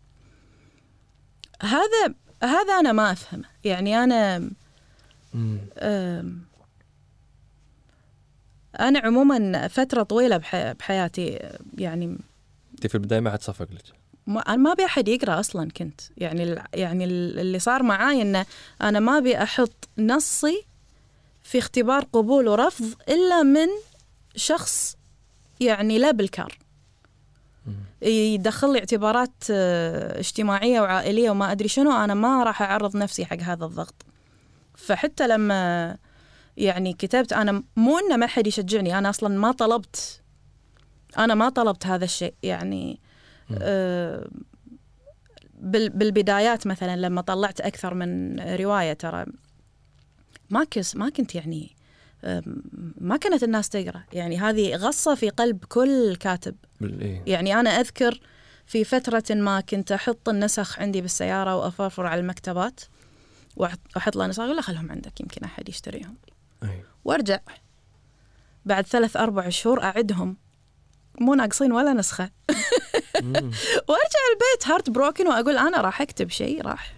هذا هذا أنا ما أفهمه. يعني أنا أه أنا عموما فترة طويلة بحياتي يعني أنت في البداية ما حد صفق لك؟ ما أنا ما أبي أحد يقرأ أصلا. كنت يعني يعني اللي صار معاي إنه أنا ما أبي أحط نصي في اختبار قبول ورفض إلا من شخص يعني لا بالكار يدخل لي اعتبارات اجتماعية وعائلية وما أدري شنو. أنا ما راح أعرض نفسي حق هذا الضغط. فحتى لما يعني كتبت أنا مو إنه ما حد يشجعني، أنا أصلا ما طلبت أنا ما طلبت هذا الشيء يعني. آه بالبدايات مثلا لما طلعت أكثر من رواية ترى ما كس ما كنت يعني ما كانت الناس تقرأ يعني. هذه غصة في قلب كل كاتب. يعني أنا أذكر في فترة ما كنت أحط النسخ عندي بالسيارة وأفرفر على المكتبات وأحط لها نسخ أقول لا خلهم عندك يمكن أحد يشتريهم. أي. وارجع بعد ثلاث أربع شهور أعدهم مو ناقصين ولا نسخة. وارجع البيت هارت بروكن وأقول أنا راح أكتب شيء راح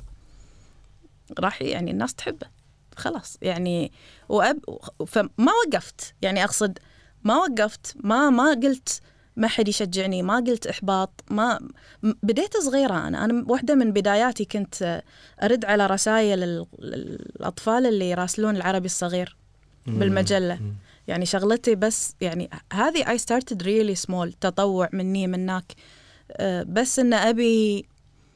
راح يعني الناس تحبه خلاص يعني. وأب فما وقفت يعني أقصد ما وقفت ما ما قلت ما حد يشجعني، ما قلت إحباط. ما بديت صغيرة أنا أنا واحدة من بداياتي كنت أرد على رسائل الأطفال اللي يراسلون العربي الصغير بالمجلة. يعني شغلتي بس يعني هذه I started really small تطوع مني منك. أه بس إن أبي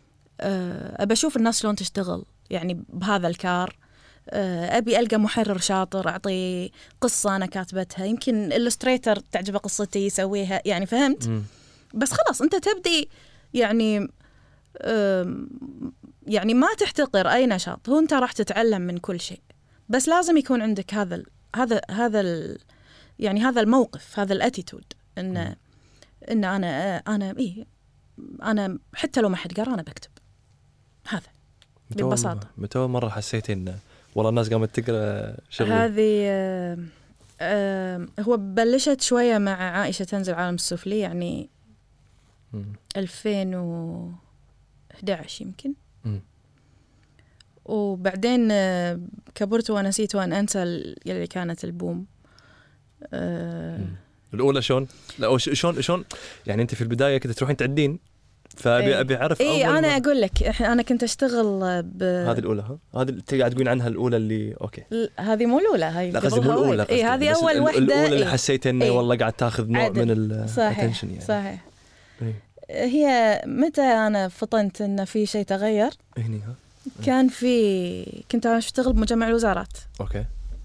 أه أبى أشوف الناس شلون تشتغل يعني بهذا الكار. أه أبي ألقى محرر شاطر أعطي قصة أنا كاتبتها يمكن إلستريتر تعجبه قصتي يسويها يعني فهمت. مم. بس خلاص أنت تبدي يعني أه يعني ما تحتقر أي نشاط. هو أنت راح تتعلم من كل شيء بس لازم يكون عندك هذا ال هذا هذا ال يعني هذا الموقف هذا الاتيتود إن إن أنا أنا إيه أنا حتى لو ما حد قرأ أنا بكتب هذا ببساطة. متى مرة حسيت إن والله الناس قامت تقرأ شغلي؟ هذه آه آه هو بلشت شوية مع عائشة تنزل عالم السفلي يعني مم. ألفين وإحدى عشر يمكن. مم. وبعدين آه كبرت ونسيت وأن أنسى اللي كانت البوم. آه الأولى شون؟ لا شون شون يعني أنت في البداية كنت تروحين تعدين فأبي إيه. أبي أعرف. إيه أنا أقول لك أنا كنت أشتغل ب هذه الأولى ها هذه اللي قاعد تقولين عنها الأولى اللي أوكي. هذه مو الأولى هاي. لا قصدي مو الأولى. إيه هذه أول وحدة. الأولى اللي إيه. حسيت إنه إيه. والله قاعد تأخذ نوع عدل. من الاتنشن يعني. صحيح. إيه. هي متى أنا فطنت إن في شيء تغير؟ هني ها. كان في كنت أشتغل بمجمع الوزارات. أوكي.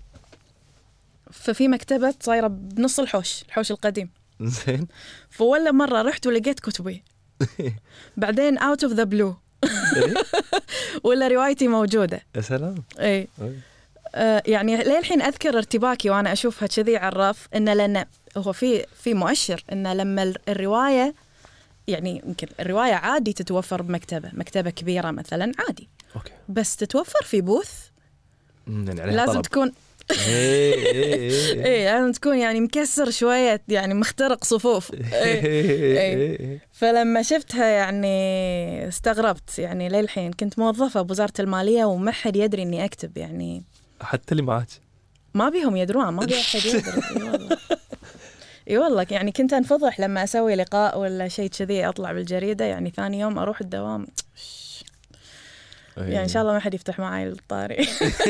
ففي مكتبة صايرة بنص الحوش الحوش القديم. زين. فولا مرة رحت ولقيت كتبي. بعدين out of the blue. ولا روايتي موجودة. يا سلام. إيه. آه يعني ليه الحين أذكر ارتباكي وأنا أشوفها كذي على الرف إن لأن هو في في مؤشر إن لما الرواية يعني يمكن الرواية عادي تتوفر بمكتبة مكتبة كبيرة مثلا عادي. أوكي. بس تتوفر في بوث يعني لازم طلب. تكون إيه إيه إيه. إيه لازم تكون يعني مكسر شوية يعني مخترق صفوف. إيه. إيه. فلما شفتها يعني استغربت يعني للحين كنت موظفة بوزارة المالية وما حد يدري إني أكتب يعني حتى اللي معاك ما بيهم يدرون ما بي أحد يدري. إي والله إي والله يعني كنت أنفضح لما أسوي لقاء ولا شيء كذي أطلع بالجريدة يعني ثاني يوم أروح الدوام يعني إن شاء الله ما حد يفتح معي الطاري.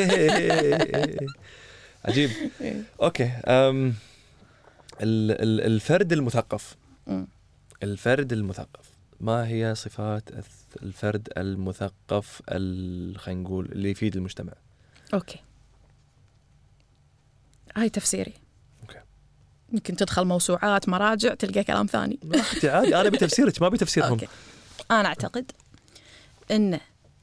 عجيب. أوكي أم الفرد المثقف الفرد المثقف ما هي صفات الفرد المثقف خلينا نقول اللي يفيد المجتمع؟ أوكي هاي تفسيري. أوكي. يمكن تدخل موسوعات مراجع تلقى كلام ثاني. عادي أنا بتفسيرك ما بتفسيرهم. أوكي. أنا أعتقد إن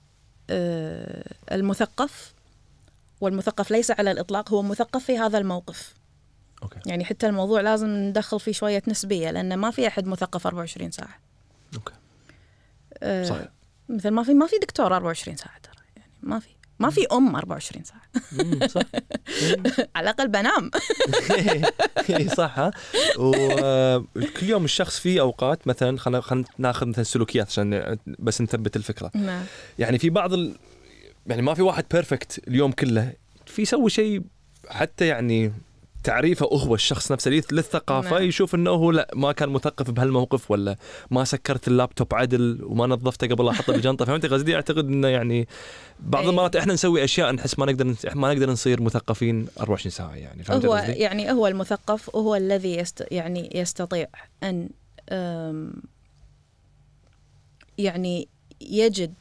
المثقف والمثقف ليس على الإطلاق هو مثقف في هذا الموقف. أوكي. يعني حتى الموضوع لازم ندخل فيه شوية نسبية لأن ما في أحد مثقف أربعة وعشرين ساعة. أوكي. أه صحيح. مثل ما في ما في دكتور أربعة وعشرين ساعة ترى يعني ما في ما في أم أربعة وعشرين ساعة. صح. على الأقل بنام. صح ها. وكل يوم الشخص فيه أوقات مثلا خلنا خلنا ناخذ مثلا سلوكيات عشان بس نثبت الفكرة. نعم. يعني في بعض ال... يعني ما في واحد بيرفكت اليوم كله في يسوي شيء حتى يعني تعريفه هو الشخص نفسه للثقافة نعم. يشوف أنه هو لا ما كان مثقف بهالموقف، ولا ما سكرت اللابتوب عدل وما نظفته قبل لا أحطه بالجنطة. فهمت قصدي؟ أعتقد أنه يعني بعض المرات إحنا نسوي أشياء نحس ما نقدر ما نقدر نصير مثقفين أربعة وعشرين ساعة يعني. فهمت هو قصدي؟ يعني هو المثقف هو الذي يست يعني يستطيع أن يعني يجد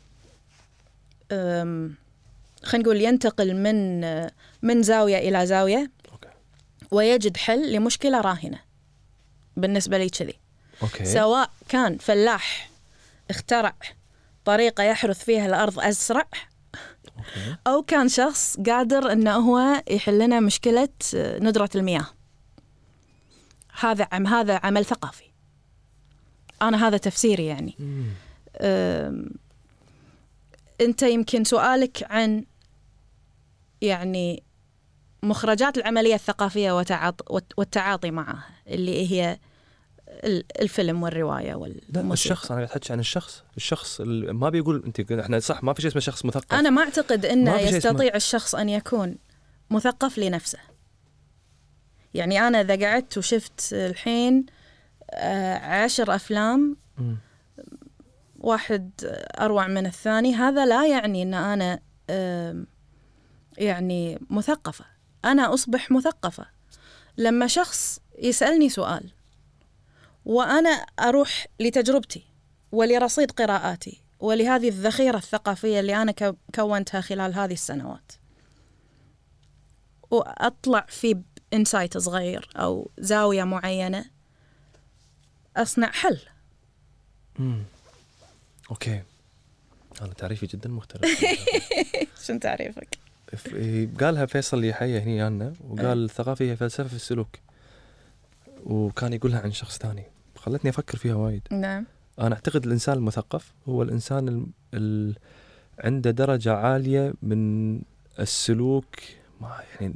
خلينا نقول ينتقل من من زاوية إلى زاوية أوكي. ويجد حل لمشكلة راهنة. بالنسبة لي كذي. أوكي. سواء كان فلاح اخترع طريقة يحرث فيها الأرض أسرع، أوكي. أو كان شخص قادر أنه هو يحل لنا مشكلة ندرة المياه. هذا عم هذا عمل ثقافي. أنا هذا تفسيري يعني. أنت يمكن سؤالك عن يعني مخرجات العملية الثقافية والتعاطي معها اللي هي الفيلم والرواية والموسيقى. لا الشخص، أنا قاعد أحكي عن الشخص. الشخص ما بيقول أنت إحنا صح ما في شيء اسمه شخص مثقف. أنا ما أعتقد أنه يستطيع الشخص أن يكون مثقف لنفسه. يعني أنا إذا قعدت وشفت الحين عشر أفلام م. واحد أروع من الثاني، هذا لا يعني أن أنا يعني مثقفة. أنا أصبح مثقفة لما شخص يسألني سؤال وأنا أروح لتجربتي ولرصيد قراءاتي ولهذه الذخيرة الثقافية اللي أنا كونتها خلال هذه السنوات، وأطلع في إنسايت صغير أو زاوية معينة أصنع حل. امم أوكي. أنا تعريفي جدا مختلف. شنو تعريفك؟ قالها فيصل يحيى هني عنا، وقال الثقافة هي فلسفة في السلوك، وكان يقولها عن شخص ثاني خلتني أفكر فيها وايد. نعم. أنا أعتقد الإنسان المثقف هو الإنسان ال... ال... عنده درجة عالية من السلوك. ما يعني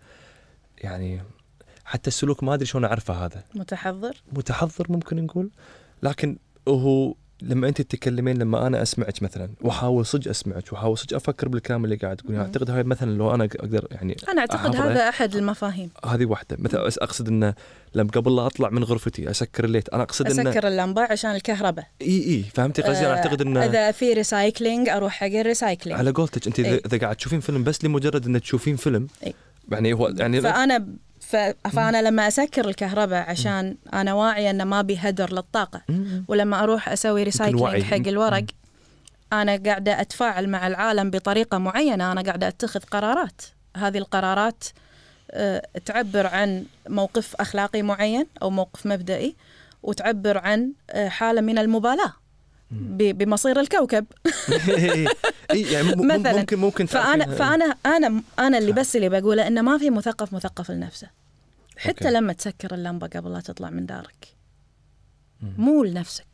يعني حتى السلوك ما أدري شلون أعرفه. هذا متحضر متحضر ممكن نقول، لكن هو لما أنت تتكلمين، لما أنا أسمعك مثلا وأحاول صدق أسمعك وأحاول صدق أفكر بالكلام اللي قاعد تقولين، أعتقد هاي مثلا لو أنا أقدر يعني أنا أعتقد هذا أحد المفاهيم. هذه واحدة مثلا. أقصد إنه لما قبل لا أطلع من غرفتي أسكر الليت، أنا أقصد إنه أسكر اللمبة عشان الكهرباء. إي إي فهمتي قصدي. أنا أعتقد إنه إذا في ريسايكلينج أروح حق الريسايكلينج. على قولتك أنت إذا قاعد تشوفين فيلم بس لمجرد إنك تشوفين فيلم، إيه؟ يعني هو يعني فأنا ف... فأنا لما أسكر الكهرباء عشان أنا واعية أنه ما بيهدر للطاقة، ولما أروح أسوي ريسايكلينج حق الورق أنا قاعدة أتفاعل مع العالم بطريقة معينة، أنا قاعدة أتخذ قرارات. هذه القرارات أه تعبر عن موقف أخلاقي معين أو موقف مبدئي، وتعبر عن حالة من المبالاة بمصير الكوكب. يعني مثلا ممكن ممكن فأنا فأنا أنا أنا اللي بس اللي بقوله إنه ما في مثقف مثقف لنفسه. حتى أوكي. لما تسكر اللمبة قبل لا تطلع من دارك، مو لنفسك،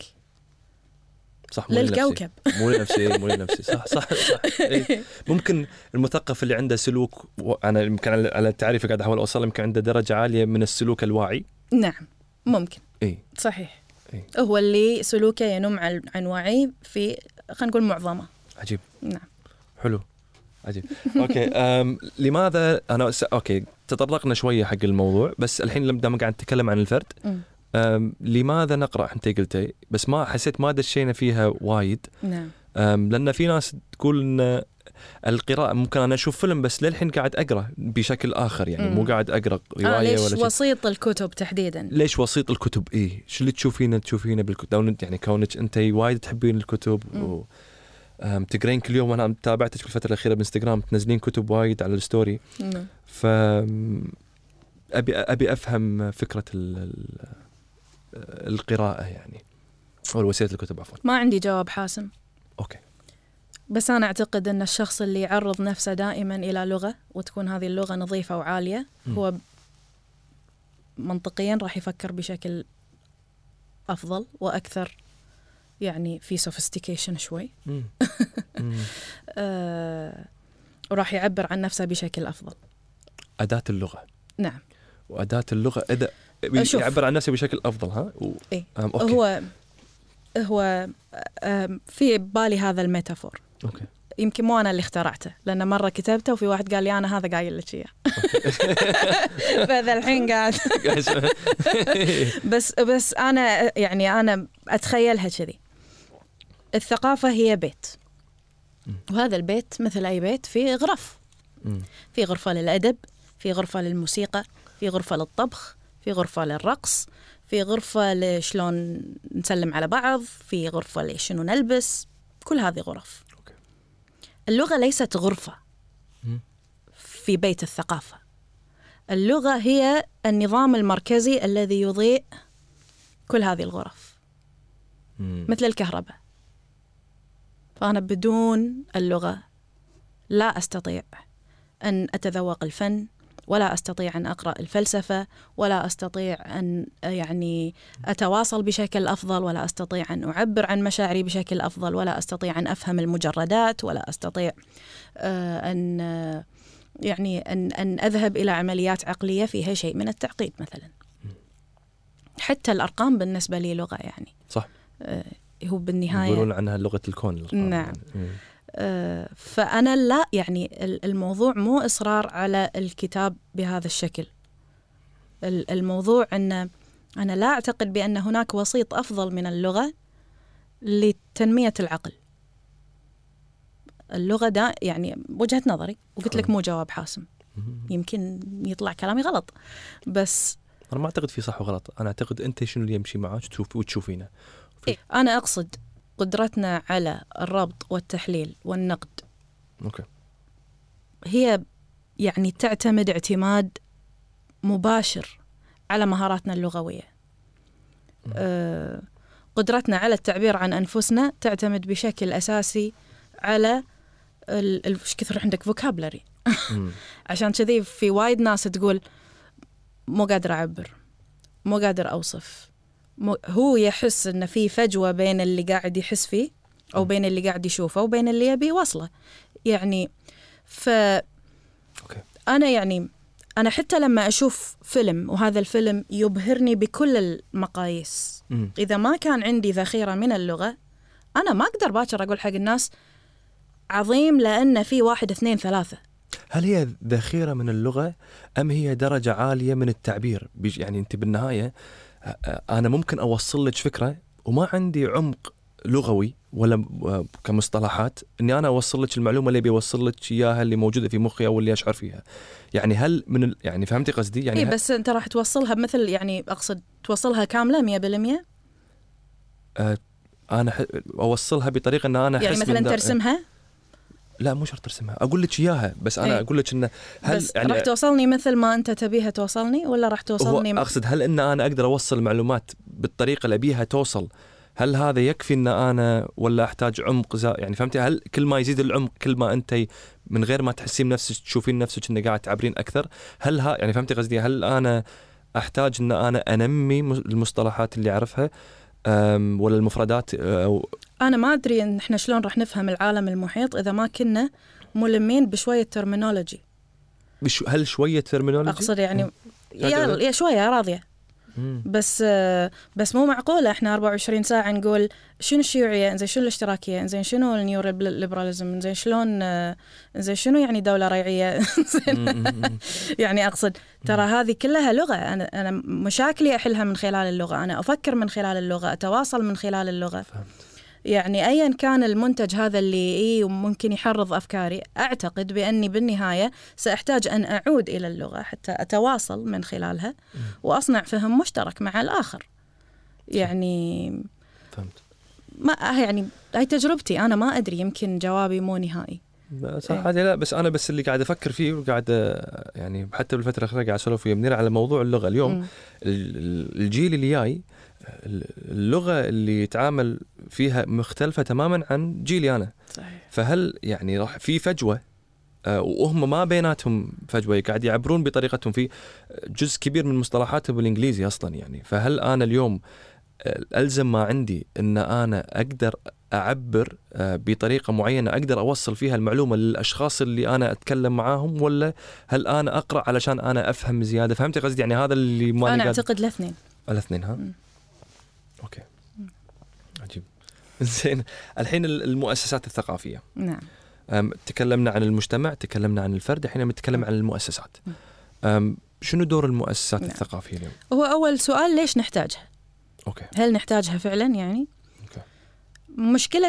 صح، مو للكوكب، مو لنفسي، مو لنفسي، صح صح صح. إيه. ممكن المثقف اللي عنده سلوك، أنا يمكن على التعريف قاعد أحاول أوصل، يمكن عنده درجة عالية من السلوك الواعي. نعم ممكن. إيه صحيح. إيه؟ هو اللي سلوكه ينم عن وعي في خلينا نقول معظمه. عجيب. نعم. حلو. عجيب. أوكي. أم لماذا أنا س... أوكي تطرقنا شوية حق الموضوع، بس الحين لما قاعد نتكلم عن الفرد، أم لماذا نقرأ؟ أنت قلتي بس ما حسيت ما دشينا فيها وايد. نعم. أم لأن في ناس تقول إن القراءة ممكن أنا أشوف فيلم بس للحين قاعد أقرأ بشكل آخر، يعني مو قاعد أقرأ رواية آه ليش ولا شيء. وسيط الكتب تحديدا؟ ليش وسيط الكتب؟ إيه شو اللي تشوفينه تشوفينه بالكتب؟ يعني كونك أنت وايد تحبين الكتب و... تقرين كل يوم. أنا تابعتك في الفترة الأخيرة بإنستغرام تنزلين كتب وايد على الستوري. مم. ف أبي أبي أفهم فكرة ال... القراءة يعني، أو وسيلة الكتب عفوا. ما عندي جواب حاسم. أوكي. بس أنا أعتقد أن الشخص اللي يعرض نفسه دائما إلى لغة وتكون هذه اللغة نظيفة وعالية م. هو منطقيا راح يفكر بشكل أفضل وأكثر، يعني في sophistication شوي. آه، وراح يعبر عن نفسه بشكل أفضل. أداة اللغة. نعم. وأداة اللغة إذا يعبر عن نفسه بشكل أفضل. ها و... إيه؟ هو هو في بالي هذا الميتافور. أوكي. يمكن مو أنا اللي اخترعته، لأن مرة كتبته وفي واحد قال لي أنا هذا قايل لك إياه. فذا الحين قاعد بس بس أنا يعني أنا أتخيلها كذي. الثقافة هي بيت، وهذا البيت مثل أي بيت فيه غرف، في غرفة للأدب، في غرفة للموسيقى، في غرفة للطبخ، في غرفة للرقص، في غرفة لشلون نسلم على بعض، في غرفة لشنو نلبس، كل هذه غرف. اللغة ليست غرفة في بيت الثقافة. اللغة هي النظام المركزي الذي يضيء كل هذه الغرف، مثل الكهرباء. فأنا بدون اللغة لا أستطيع أن أتذوق الفن، ولا أستطيع أن أقرأ الفلسفة، ولا أستطيع أن يعني أتواصل بشكل أفضل، ولا أستطيع أن أعبر عن مشاعري بشكل أفضل، ولا أستطيع أن أفهم المجردات، ولا أستطيع أن يعني أن أن أذهب إلى عمليات عقلية فيها شيء من التعقيد مثلا. حتى الأرقام بالنسبة لي لغة يعني. صح. هو بالنهاية يقولون عنها لغة الكون الأرقام. نعم. يعني. فأنا لا يعني الموضوع مو إصرار على الكتاب بهذا الشكل. الموضوع أن أنا لا أعتقد بأن هناك وسيط أفضل من اللغة لتنمية العقل. اللغة دا يعني وجهة نظري، وقلت لك مو جواب حاسم، يمكن يطلع كلامي غلط، بس أنا ما أعتقد في صح وغلط. أنا أعتقد أنت شنو اللي يمشي معك تشوف وتشوفينه. أنا أقصد قدرتنا على الربط والتحليل والنقد. أوكي. هي يعني تعتمد اعتماد مباشر على مهاراتنا اللغوية. أه قدرتنا على التعبير عن أنفسنا تعتمد بشكل أساسي على ايش كثر عندك فوكابلري. عشان كذي في وايد ناس تقول مو قادر أعبر، مو قادر أوصف. هو يحس إن في فجوة بين اللي قاعد يحس فيه أو بين اللي قاعد يشوفه وبين اللي يبي يوصله يعني. ف أنا يعني أنا حتى لما أشوف فيلم وهذا الفيلم يبهرني بكل المقاييس، إذا ما كان عندي ذخيرة من اللغة أنا ما أقدر باكر أقول حق الناس عظيم لأن في واحد اثنين ثلاثة. هل هي ذخيرة من اللغة أم هي درجة عالية من التعبير؟ يعني أنت بالنهاية أنا ممكن أوصل لك فكرة وما عندي عمق لغوي ولا كمصطلحات إني أنا أوصل لك المعلومة اللي بيوصل لك إياها اللي موجودة في مخي أو اللي أشعر فيها. يعني هل من ال... يعني فهمتي قصدي؟ يعني إيه بس أنت راح توصلها مثل يعني أقصد توصلها كاملة مية بالمية. أه أنا ح... أوصلها بطريقة إن أنا يعني مثلا ترسمها. لا مو شرط ترسمها، أقول لك إياها بس أنا ايه؟ أقول لك إنه هل بس يعني راح توصلني مثل ما أنت تبيها توصلني ولا راح توصلني م... أقصد هل إن أنا أقدر أوصل معلومات بالطريقة اللي أبيها توصل؟ هل هذا يكفي إن أنا ولا أحتاج عمق زا... يعني فهمتي؟ هل كل ما يزيد العمق كل ما أنت من غير ما تحسين نفسك تشوفين نفسك إنه قاعد تعبرين أكثر؟ هل ها يعني فهمتي قصدي؟ هل أنا أحتاج إن أنا أنمي المصطلحات اللي أعرفها ولا المفردات؟ أو أنا ما أدري إن إحنا شلون راح نفهم العالم المحيط إذا ما كنا ملمين بشوية ترمينولوجي. بش... هل شوية ترمينولوجي؟ أقصد يعني يا يا شوية راضية. مم. بس بس مو معقولة إحنا أربعة وعشرين ساعة نقول شنو الشيوعية، إنزين شنو الاشتراكية، إنزين شنو النيو ليبراليزم، إنزين شلون إنزين شنو يعني دولة ريعية. يعني أقصد ترى هذه كلها لغة. أنا أنا مشاكلي أحلها من خلال اللغة، أنا أفكر من خلال اللغة، أتواصل من خلال اللغة. فهمت. يعني أيا كان المنتج هذا اللي إيه ممكن يحرض أفكاري، أعتقد بأني بالنهاية سأحتاج أن أعود إلى اللغة حتى أتواصل من خلالها وأصنع فهم مشترك مع الآخر. يعني فهمت. ما يعني هاي تجربتي، أنا ما أدري، يمكن جوابي مو نهائي. صح هذه. لا بس أنا بس اللي قاعد أفكر فيه وقاعد يعني حتى بالفترة الأخيرة قاعد أسولف ويا منير على موضوع اللغة اليوم. م. الجيل اللي جاي اللغة اللي يتعامل فيها مختلفة تماما عن جيلي أنا. صحيح. فهل يعني راح في فجوة وهم ما بيناتهم فجوة، قاعد يعبرون بطريقتهم في جزء كبير من مصطلحاتهم بالإنجليزي أصلا يعني. فهل أنا اليوم ألزم ما عندي أن أنا أقدر أعبر بطريقة معينة أقدر أوصل فيها المعلومة للأشخاص اللي أنا أتكلم معاهم، ولا هل أنا أقرأ علشان أنا أفهم زيادة؟ فهمتي قصدي؟ يعني هذا اللي ما أنا أعتقد الاثنين. الاثنين ها. م. أوكي. م. عجيب. زين. الحين المؤسسات الثقافية. نعم. تكلمنا عن المجتمع، تكلمنا عن الفرد، الحين نتكلم عن المؤسسات. شنو دور المؤسسات نعم. الثقافية اليوم؟ هو أول سؤال ليش نحتاجها؟ أوكي. هل نحتاجها فعلا يعني؟ أوكي. مشكلة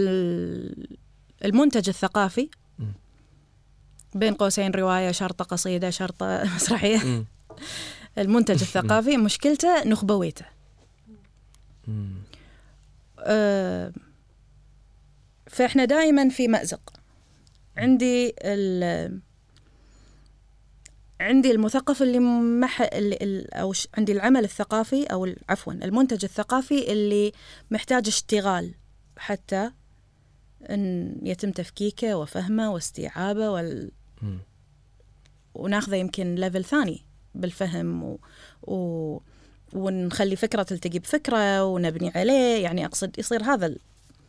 المنتج الثقافي م. بين قوسين رواية شرطة قصيدة شرطة مسرحية المنتج الثقافي مشكلته نخبويته. أه فإحنا دائما في مأزق. عندي عندي المثقف اللي مح اللي أو عندي العمل الثقافي أو عفوا المنتج الثقافي اللي محتاج اشتغال حتى أن يتم تفكيكه وفهمه واستيعابه وال... وناخذه يمكن ليفل ثاني بالفهم و... و... ونخلي فكرة تلتقي بفكرة ونبني عليه، يعني أقصد يصير هذا ال...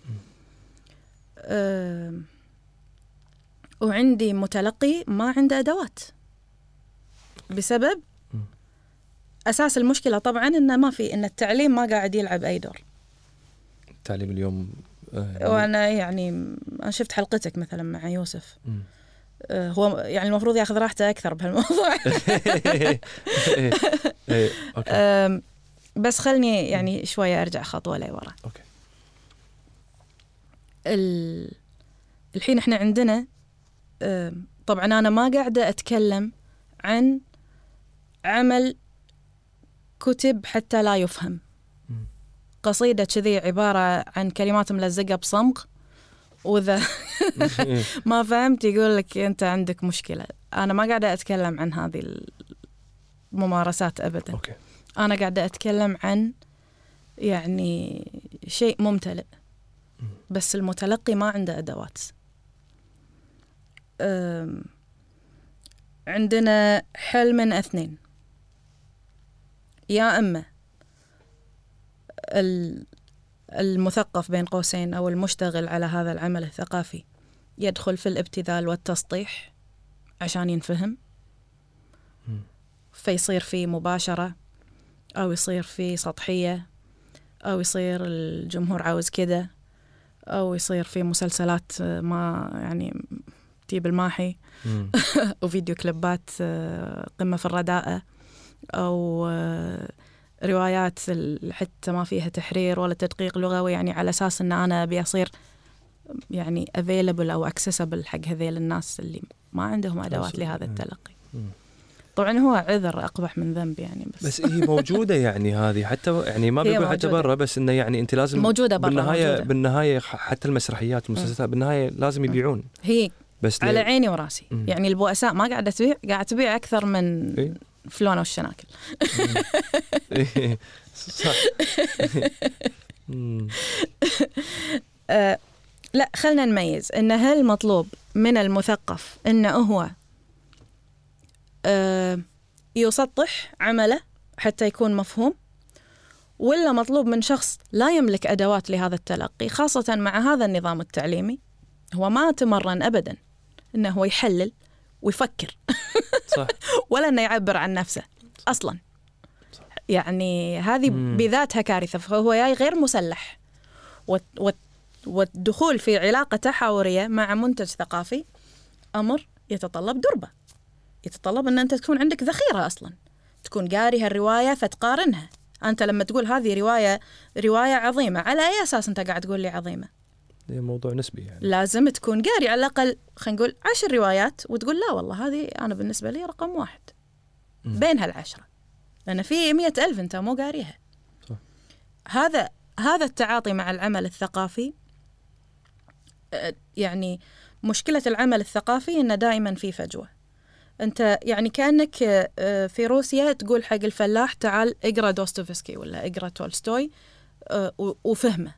أه... وعندي متلقي ما عنده أدوات بسبب أساس المشكلة طبعاً إنه ما في إن التعليم ما قاعد يلعب أي دور. التعليم اليوم آه وأنا يعني أنا شفت حلقتك مثلاً مع يوسف آه هو يعني المفروض يأخذ راحته أكثر بهالموضوع. آه بس خلني يعني شوية أرجع خطوة لورا. أوكي. الحين إحنا عندنا آه طبعاً أنا ما قاعدة أتكلم عن عمل كتب حتى لا يفهم، قصيدة كذي عبارة عن كلمات ملزقة بصمغ وإذا ما فهمت يقول لك أنت عندك مشكلة. أنا ما قاعدة أتكلم عن هذه الممارسات أبدا. أوكي. أنا قاعدة أتكلم عن يعني شيء ممتلئ بس المتلقي ما عنده أدوات. أم عندنا حل من اثنين، يا إما المثقف بين قوسين أو المشتغل على هذا العمل الثقافي يدخل في الابتذال والتسطيح عشان ينفهم فيصير في مباشرة أو يصير في سطحية أو يصير الجمهور عاوز كده أو يصير في مسلسلات ما يعني تجيب الماحي وفيديو كليبات قمة في الرداءة أو روايات حتى ما فيها تحرير ولا تدقيق لغوي، يعني على أساس أن أنا بيصير يعني available أو accessible حق هذيل الناس اللي ما عندهم أدوات لهذا التلقي. طبعا هو عذر أقبح من ذنب يعني، بس بس هي موجودة يعني هذه حتى يعني ما بيقول حتى برا، بس إنه يعني أنت لازم موجودة برا بالنهاية موجودة. بالنهاية حتى المسرحيات والمسلسلات بالنهاية لازم يبيعون. هي بس على عيني وراسي. م. يعني البؤساء ما قاعدة تبيع، قاعدة تبيع أكثر من إيه؟ فلونة والشناكل. صح. آه لا خلنا نميز إن هل مطلوب من المثقف إنه هو آه يسطح عمله حتى يكون مفهوم، ولا مطلوب من شخص لا يملك أدوات لهذا التلقي، خاصة مع هذا النظام التعليمي هو ما تمرن أبدا إنه هو يحلل ويفكر. صح. ولا إنه يعبر عن نفسه أصلا. صح. يعني هذه مم. بذاتها كارثة. فهو جاي غير مسلح، والدخول في علاقة تحاورية مع منتج ثقافي أمر يتطلب دربة، يتطلب أن أنت تكون عندك ذخيرة أصلا، تكون قاري هالرواية فتقارنها. أنت لما تقول هذه رواية رواية عظيمة، على أي أساس أنت قاعد تقول لي عظيمة؟ هي موضوع نسبي يعني. لازم تكون قاري على الأقل خلينا نقول عشر روايات وتقول لا والله هذه أنا بالنسبة لي رقم واحد م. بين هالعشرة، لأن في مئة ألف أنت مو قاريها. صح. هذا هذا التعاطي مع العمل الثقافي. يعني مشكلة العمل الثقافي إنه دائما في فجوة. أنت يعني كأنك في روسيا تقول حق الفلاح تعال اقرأ دوستويفسكي ولا اقرأ تولستوي وفهمه.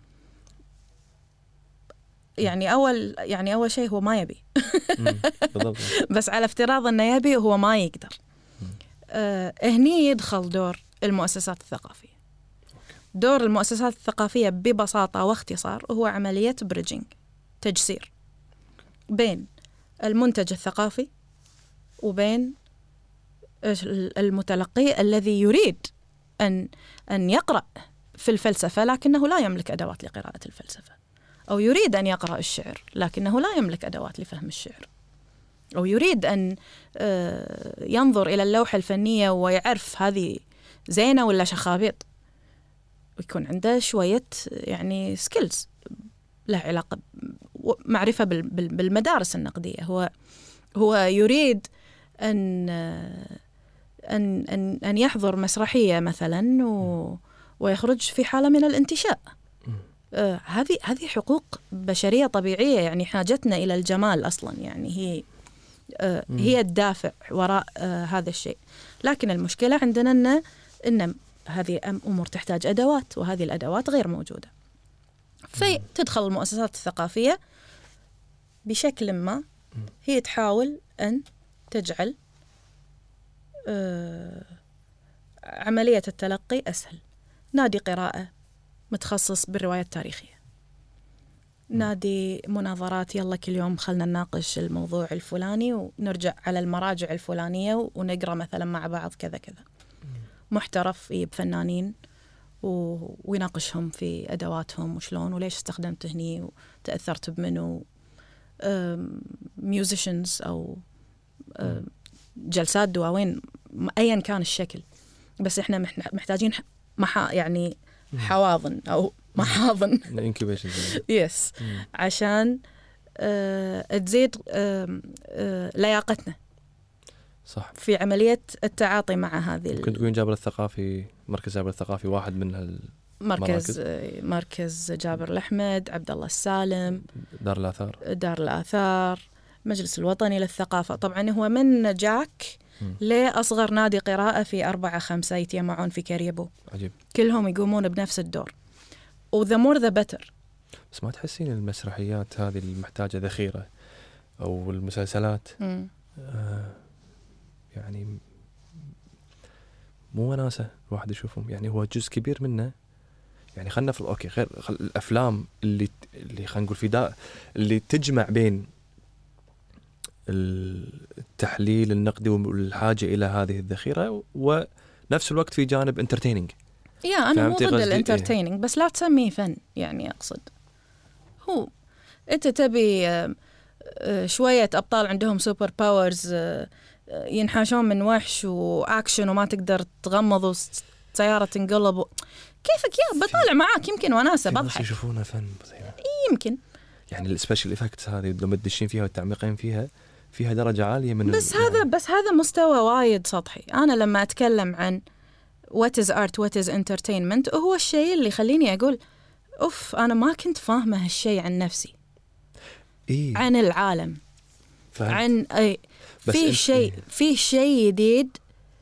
يعني أول يعني أول شيء هو ما يبي. بس على افتراض أنه يبي هو ما يقدر. آه هني يدخل دور المؤسسات الثقافية. دور المؤسسات الثقافية ببساطة واختصار هو عملية بريدجينج، تجسير بين المنتج الثقافي وبين المتلقي الذي يريد أن أن يقرأ في الفلسفة لكنه لا يملك أدوات لقراءة الفلسفة، أو يريد أن يقرأ الشعر لكنه لا يملك أدوات لفهم الشعر، أو يريد أن ينظر إلى اللوحة الفنية ويعرف هذه زينة ولا شخابيط، ويكون عنده شوية يعني سكيلز له علاقة معرفة بالمدارس النقدية. هو هو يريد أن أن أن أن يحضر مسرحية مثلا و ويخرج في حالة من الانتشاء. آه هذه هذه حقوق بشرية طبيعية، يعني حاجتنا إلى الجمال أصلا، يعني هي آه هي الدافع وراء آه هذا الشيء. لكن المشكلة عندنا أن إن هذه أمور تحتاج أدوات، وهذه الأدوات غير موجودة. فتدخل المؤسسات الثقافية بشكل ما هي تحاول أن تجعل آه عملية التلقي أسهل. نادي قراءة متخصص بالرواية التاريخية، نادي مناظرات يلا كل يوم خلنا نناقش الموضوع الفلاني ونرجع على المراجع الفلانية ونقرأ مثلا مع بعض كذا كذا. محترف بفنانين ويناقشهم في أدواتهم وشلون وليش استخدمت هني وتأثرت بمنو. ميوزيشنز أو جلسات دواوين أيا كان الشكل، بس إحنا محتاجين محا يعني حواضن أو محاضن يس عشان أه تزيد أه أه لياقتنا صح في عملية التعاطي مع هذه. ممكن تقولين جابر الثقافي، مركز جابر الثقافي واحد من هالمراكز. مركز مركز جابر الأحمد، عبد الله السالم، دار الآثار دار الآثار، مجلس الوطني للثقافة. طبعا هو من جاك لأصغر نادي قراءة في أربعة خمسة يتجمعون في كاريبو. عجيب. كلهم يقومون بنفس الدور، و the more the better. بس ما تحسين المسرحيات هذه المحتاجة ذخيرة أو المسلسلات آه يعني مو وناسة الواحد يشوفهم، يعني هو جزء كبير منه. يعني خلنا في أوكي غير خل... الأفلام اللي اللي خلينا نقول في دا اللي تجمع بين التحليل النقدي والحاجة إلى هذه الذخيرة، ونفس الوقت في جانب انترتينينج. يا أنا مو ضد الانترتينينج، بس لا تسميه فن. يعني أقصد هو أنت تبي شوية أبطال عندهم سوبر باورز ينحاشون من وحش وأكشن وما تقدر تغمض وسيارة تنقلب و... كيفك يا بطالع معاك يمكن وناسة بضحك. يشوفونها فن يمكن يعني السبيشال إفكتس هذه لما تدشين فيها والتعميقين فيها فيها درجة عالية من بس ال... هذا يعني... بس هذا مستوى وايد سطحي. أنا لما أتكلم عن what is art what is entertainment هو الشيء اللي يخليني أقول أوف أنا ما كنت فاهمة هالشيء عن نفسي. إيه؟ عن العالم فهمت. عن أي في شيء في شيء جديد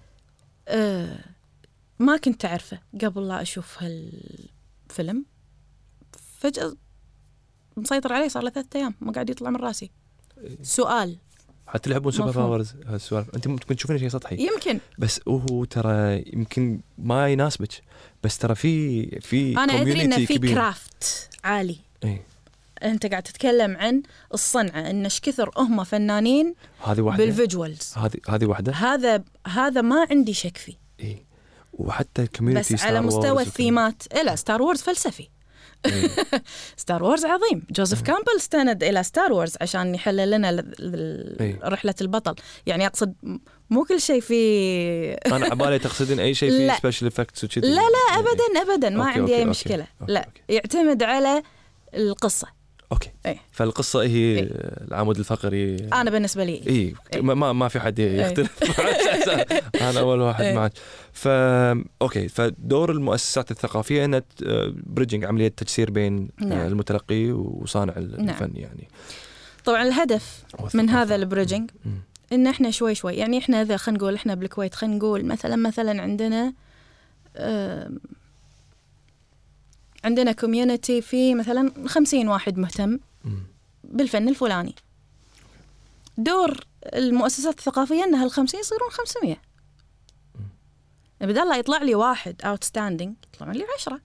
آه ما كنت أعرفه قبل لا أشوف هالفيلم. فجأة مسيطر عليه صار له ثلاثة أيام ما قاعد يطلع من راسي. سؤال حتى يلعبون سوبر باورز هالسؤال أنت ممكن تشوفين شيء سطحي يمكن، بس هو ترى يمكن ما يناسبك، بس ترى في في أنا أدري إن في كبير. كرافت عالي. إيه؟ أنت قاعد تتكلم عن الصنعة إن إيش كثر هم فنانين هذه واحدة بالفيجوالز. هذه هذه واحدة هذا هذا ما عندي شك فيه. إيه؟ وحتى الكوميونتي بس على مستوى الثيمات لا ستار وورز فلسفي. إيه؟ ستار وورز عظيم. جوزيف كامبل استند إلى ستار وورز عشان يحلل لنا ل... إيه؟ رحلة البطل. يعني أقصد مو كل شيء في أنا عبالي تقصدين أي شيء في سبيشال إفكتس وكذي. لا لا أبدا أبدا ما أوكي عندي أوكي أي مشكلة. أوكي لا أوكي. يعتمد على القصة. اوكي إيه؟ فالقصه هي إيه؟ العمود الفقري. انا بالنسبه لي اي إيه؟ ما ما في حد يختلف إيه؟ انا اول واحد إيه؟ معك. ف اوكي فدور المؤسسات الثقافيه انها بريدجنج عمليه تجسير بين نعم. المتلقي وصانع الفن. نعم. يعني طبعا الهدف من هذا البريدجنج ان احنا شوي شوي يعني احنا اذا خلينا نقول احنا بالكويت خلينا نقول مثلا مثلا عندنا عندنا كوميونتي في مثلا خمسين واحد مهتم بالفن الفلاني. دور المؤسسات الثقافية أن هالخمسين يصيرون خمسمية. بدل لا يطلع لي واحد outstanding يطلعون لي عشرة.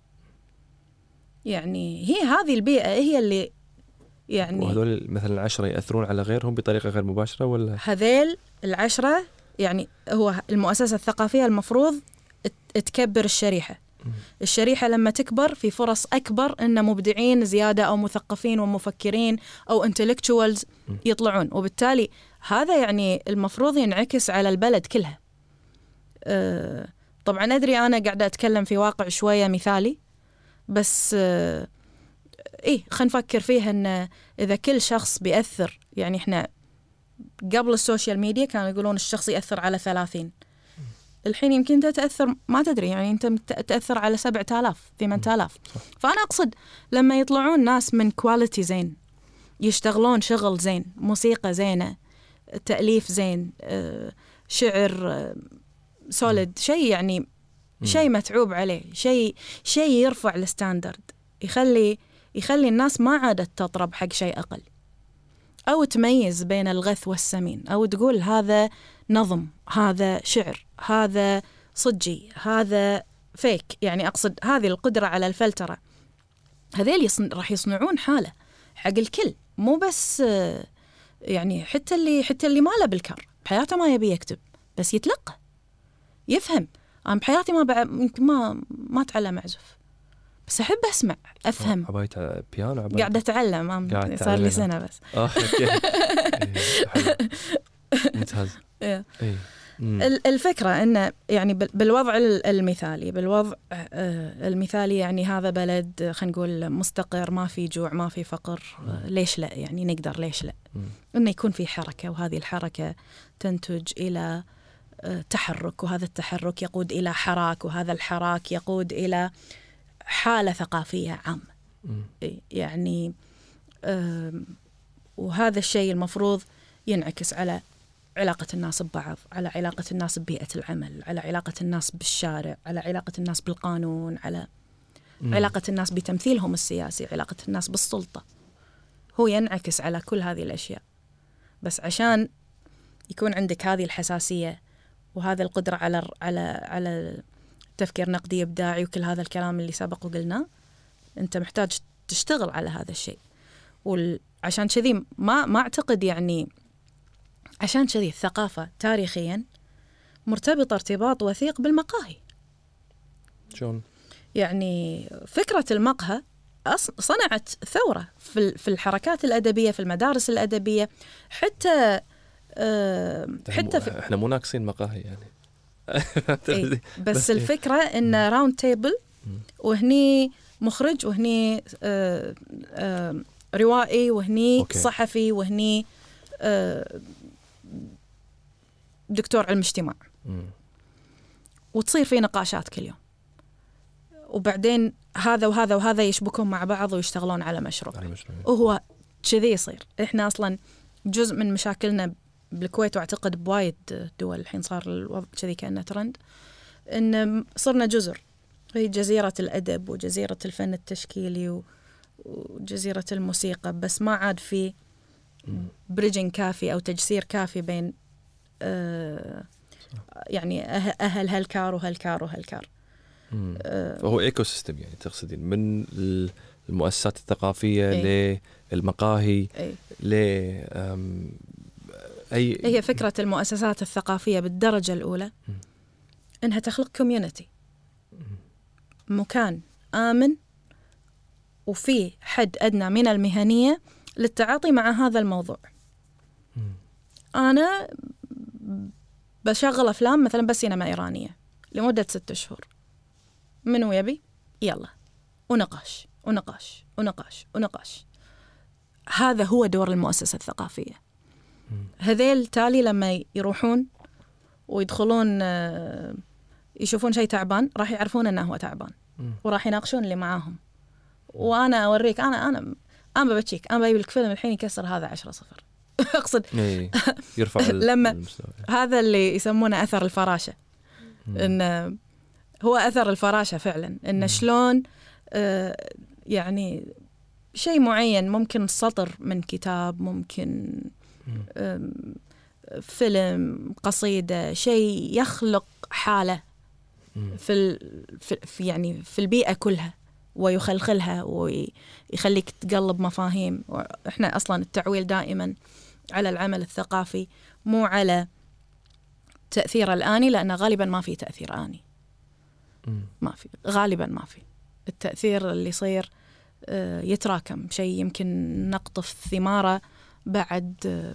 يعني هي هذه البيئة هي اللي يعني وهذول مثلا العشرة يأثرون على غيرهم بطريقة غير مباشرة ولا؟ هذيل العشرة يعني هو المؤسسة الثقافية المفروض تكبر الشريحة. الشريحة لما تكبر في فرص أكبر أن مبدعين زيادة أو مثقفين ومفكرين أو intellectuals يطلعون، وبالتالي هذا يعني المفروض ينعكس على البلد كلها. أه طبعا أدري أنا قاعدة أتكلم في واقع شوية مثالي، بس أه إيه خلينا نفكر فيها أن إذا كل شخص بيأثر، يعني إحنا قبل السوشيال ميديا كانوا يقولون الشخص يأثر على ثلاثين، الحين يمكن أنت تأثر ما تدري، يعني أنت تأثر على سبعة آلاف ثمانية آلاف. فأنا أقصد لما يطلعون ناس من كواليتي زين، يشتغلون شغل زين، موسيقى زينة، تأليف زين، شعر سوليد، شيء يعني شيء متعوب عليه، شيء شيء يرفع الستاندرد، يخلي يخلي الناس ما عادت تطرب حق شيء أقل، أو تميز بين الغث والسمين، أو تقول هذا نظم، هذا شعر، هذا صجي، هذا فيك. يعني أقصد هذه القدرة على الفلترة، هذيل يصن... راح يصنعون حالة حق الكل، مو بس يعني حتى اللي حتى اللي ما له بالكر بحياته ما يبي يكتب، بس يتلقى يفهم. أنا بحياتي ما بع... ما ما أتعلم أعزف، بس أحب أسمع أفهم. عبايت بيانو، عبايت قاعدة أتعلم، صار لي سنة بس. آه ممتاز. إيه. الفكرة إنه يعني بالوضع المثالي، بالوضع المثالي يعني هذا بلد خلينا نقول مستقر، ما في جوع، ما في فقر، ليش لا؟ يعني نقدر ليش لا؟ إنه يكون في حركة، وهذه الحركة تنتج إلى تحرك، وهذا التحرك يقود إلى حراك، وهذا الحراك يقود إلى حالة ثقافية عامة. يعني وهذا الشيء المفروض ينعكس على علاقة الناس ببعض، على علاقة الناس ببيئة العمل، على علاقة الناس بالشارع، على علاقة الناس بالقانون، على م. علاقة الناس بتمثيلهم السياسي، علاقة الناس بالسلطة. هو ينعكس على كل هذه الأشياء. بس عشان يكون عندك هذه الحساسية وهذه القدرة على على على تفكير نقدي إبداعي وكل هذا الكلام اللي سبق وقلناه، أنت محتاج تشتغل على هذا الشيء. وعشان كذي ما ما أعتقد يعني عشان كذي الثقافة تاريخيا مرتبطة ارتباط وثيق بالمقاهي. شون؟ يعني فكرة المقهى صنعت ثورة في في الحركات الأدبية، في المدارس الأدبية، حتى أه حتى في احنا مو ناقصين مقاهي يعني. إيه بس, بس الفكرة إن راوند تيبل، وهني مخرج، وهني أه أه روائي، وهني أوكي. صحفي، وهني أه دكتور علم اجتماع، وتصير في نقاشات كل يوم، وبعدين هذا وهذا وهذا يشبكون مع بعض ويشتغلون على مشروع، وهو كذي يصير. إحنا أصلا جزء من مشاكلنا بالكويت، واعتقد بوايد دول الحين صار الوضع كذي كأنه ترند، إن صرنا جزر، هي جزيرة الأدب وجزيرة الفن التشكيلي وجزيرة الموسيقى، بس ما عاد في بريدجينج كافي أو تجسير كافي بين آه يعني أهل هالكار وهالكار وهالكار. آه فهو إيكو سيستم، يعني تقصدين من المؤسسات الثقافية ايه؟ للمقاهي ايه؟ ل أي هي فكرة المؤسسات الثقافية بالدرجة الأولى م. إنها تخلق كوميونيتي، مكان آمن وفيه حد أدنى من المهنية للتعاطي مع هذا الموضوع. م. أنا بشغل أفلام مثلا بس سينما إيرانية لمدة ستة شهور، منو يبي؟ يلا، ونقاش ونقاش ونقاش ونقاش. هذا هو دور المؤسسة الثقافية. هذيل تالي لما يروحون ويدخلون يشوفون شيء تعبان، راح يعرفون أنه هو تعبان، وراح يناقشون اللي معاهم. وأنا أوريك، أنا أنا أنا ببتشيك، أنا بجيب لك فيلم الحين يكسر هذا عشرة صفر. أقصد يرفع لما المستوى. هذا اللي يسمونه أثر الفراشة، إن هو أثر الفراشة فعلا، إن شلون آه يعني شيء معين، ممكن سطر من كتاب، ممكن فيلم، قصيدة، شيء يخلق حالة في في يعني في البيئة كلها، ويخلخلها ويخليك تقلب مفاهيم. وإحنا أصلاً التعويل دائماً على العمل الثقافي، مو على تأثير الآني، لأنه غالباً ما في تأثير آني. ما في، غالبا ما في. التأثير اللي يصير يتراكم، شيء يمكن نقطف ثماره بعد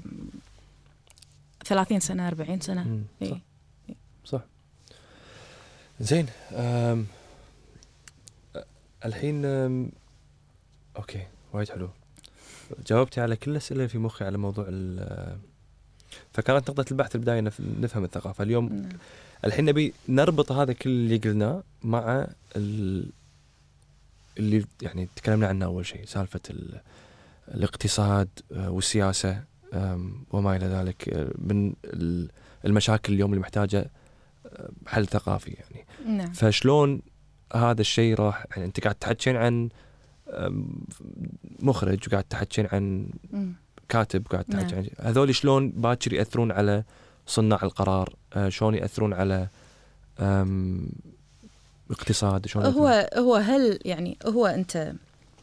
ثلاثين سنة أربعين سنة. صح. إيه؟ صح. زين. أم... الحين أم... أوكي وايد حلو، جاوبتي على كل الأسئلة في مخي على موضوع ال... فكانت نقطة البحث البداية نفهم الثقافة. اليوم م. الحين نبي نربط هذا كل اللي قلناه مع ال... اللي يعني تكلمنا عنه أول شيء، سالفة ال... الاقتصاد والسياسة وما إلى ذلك من المشاكل اليوم اللي محتاجة حل ثقافي يعني. نعم. فشلون هذا الشيء راح يعني أنت قاعد تحكين عن مخرج وقاعد تحكين عن كاتب قاعد تحكين عن هذول شلون باكر يأثرون على صناع القرار، شلون يأثرون على الاقتصاد، شلون هو هو هل يعني هو أنت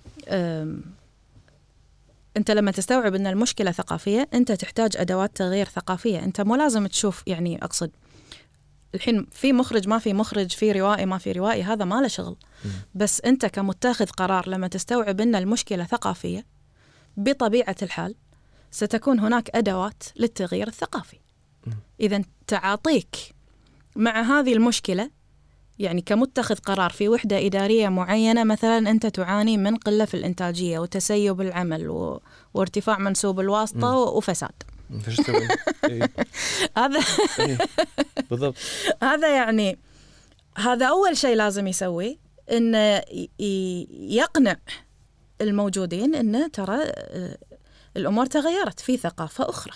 أنت لما تستوعب أن المشكلة ثقافية أنت تحتاج أدوات تغيير ثقافية. أنت مو لازم تشوف يعني أقصد الحين في مخرج ما في مخرج، في روائي ما في روائي، هذا ما له شغل. م. بس أنت كمتخذ قرار لما تستوعب أن المشكلة ثقافية بطبيعة الحال ستكون هناك أدوات للتغيير الثقافي. إذا تعاطيك مع هذه المشكلة يعني كمتخذ قرار في وحدة إدارية معينة، مثلا أنت تعاني من قلة في الإنتاجية وتسيب العمل و... وارتفاع منسوب الواسطة م. وفساد. إيه. هذا إيه. بالضبط. هذا يعني هذا أول شيء لازم يسوي، إنه يقنع الموجودين إنه ترى الأمور تغيرت في ثقافة أخرى.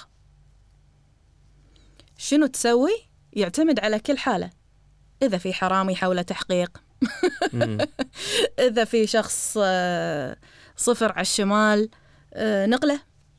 شنو تسوي؟ يعتمد على كل حالة. إذا في حرامي حول تحقيق إذا في شخص صفر على الشمال نقله،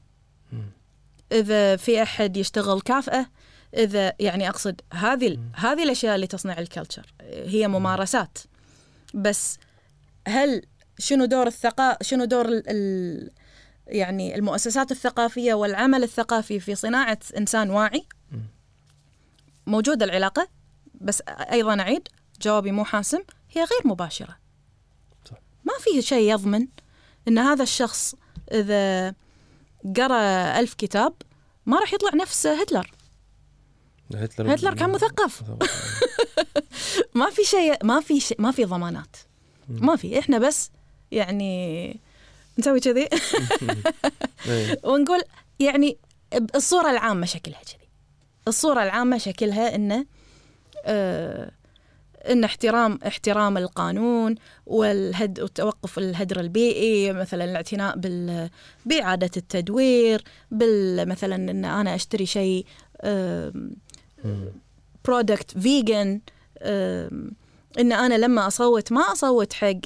إذا في أحد يشتغل كافأة، إذا يعني أقصد هذه هذه الأشياء اللي تصنع الكالتشر هي ممارسات. بس هل شنو دور الثقافة، شنو دور ال ال يعني المؤسسات الثقافية والعمل الثقافي في صناعة إنسان واعي؟ موجودة العلاقة، بس أيضا أعيد جوابي مو حاسم، هي غير مباشرة. صح. ما فيه شيء يضمن إن هذا الشخص إذا قرأ ألف كتاب ما راح يطلع نفس هتلر. هتلر, هتلر كان مثقف. ما في شيء، ما في شيء، ما في ضمانات، ما في. إحنا بس يعني نسوي كذي ونقول يعني الصورة العامة شكلها كذي. الصورة العامة شكلها إنه آه إن احترام احترام القانون والهد وتوقف الهدر البيئي، مثلا الاعتناء بال بإعادة التدوير، بال مثلا إن أنا أشتري شيء برودكت فيجن، إن أنا لما أصوت ما أصوت حق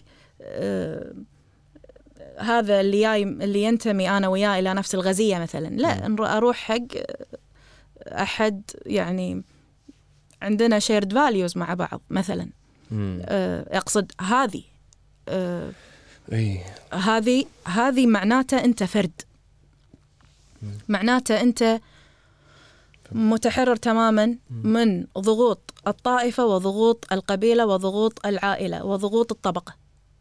هذا اللي جاي اللي ينتمي أنا وياه إلى نفس الغزية مثلا، لا أروح حق أحد يعني عندنا shared values مع بعض مثلا. أه أقصد هذه أه هذه هذه معناته أنت فرد، معناته أنت متحرر تماما من ضغوط الطائفة وضغوط القبيلة وضغوط العائلة وضغوط الطبقة.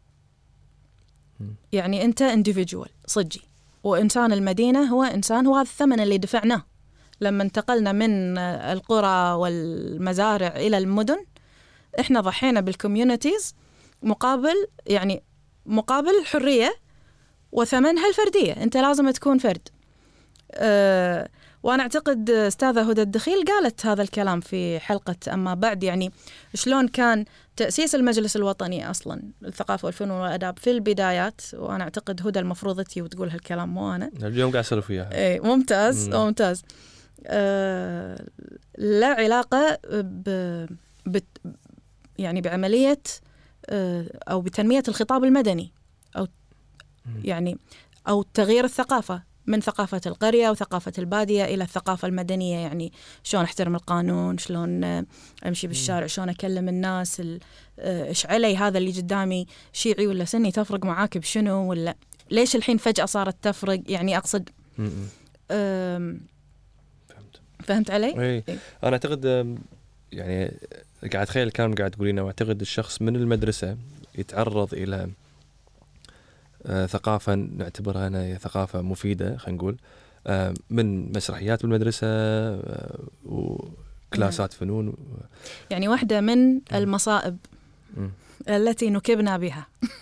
يعني أنت individual صجي، وإنسان المدينة هو إنسان، هو هذا الثمن اللي دفعناه لما انتقلنا من القرى والمزارع إلى المدن. إحنا ضحينا بالكوميونيتيز مقابل يعني مقابل الحرية وثمنها الفردية. أنت لازم تكون فرد. أه وأنا أعتقد أستاذة هدى الدخيل قالت هذا الكلام في حلقة أما بعد، يعني شلون كان تأسيس المجلس الوطني أصلا الثقافة والفنون والأداب في البدايات. وأنا أعتقد هدى المفروض تي وتقول هالكلام مو أنا. اليوم قاعد أسولف وياها. إيه ممتاز. مم. ممتاز. أه لا علاقة ب, ب يعني بعملية أه أو بتنمية الخطاب المدني أو مم. يعني أو تغيير الثقافة من ثقافة القرية وثقافة البادية إلى الثقافة المدنية. يعني شلون أحترم القانون، شلون أمشي بالشارع، شلون أكلم الناس، إيش علي هذا اللي قدامي شيعي ولا سني، تفرق معاك بشنو، ولا ليش الحين فجأة صارت تفرق. يعني أقصد فهمت فهمت علي؟ إيه. أنا أعتقد يعني قاعد أتخيل الكلام قاعد تقولينه، واعتقد الشخص من المدرسة يتعرض إلى آه ثقافة نعتبرها أنا ثقافة مفيدة، خلينا نقول آه من مسرحيات بالمدرسة آه وكلاسات فنون. يعني واحدة من المصائب م. التي نكبنا بها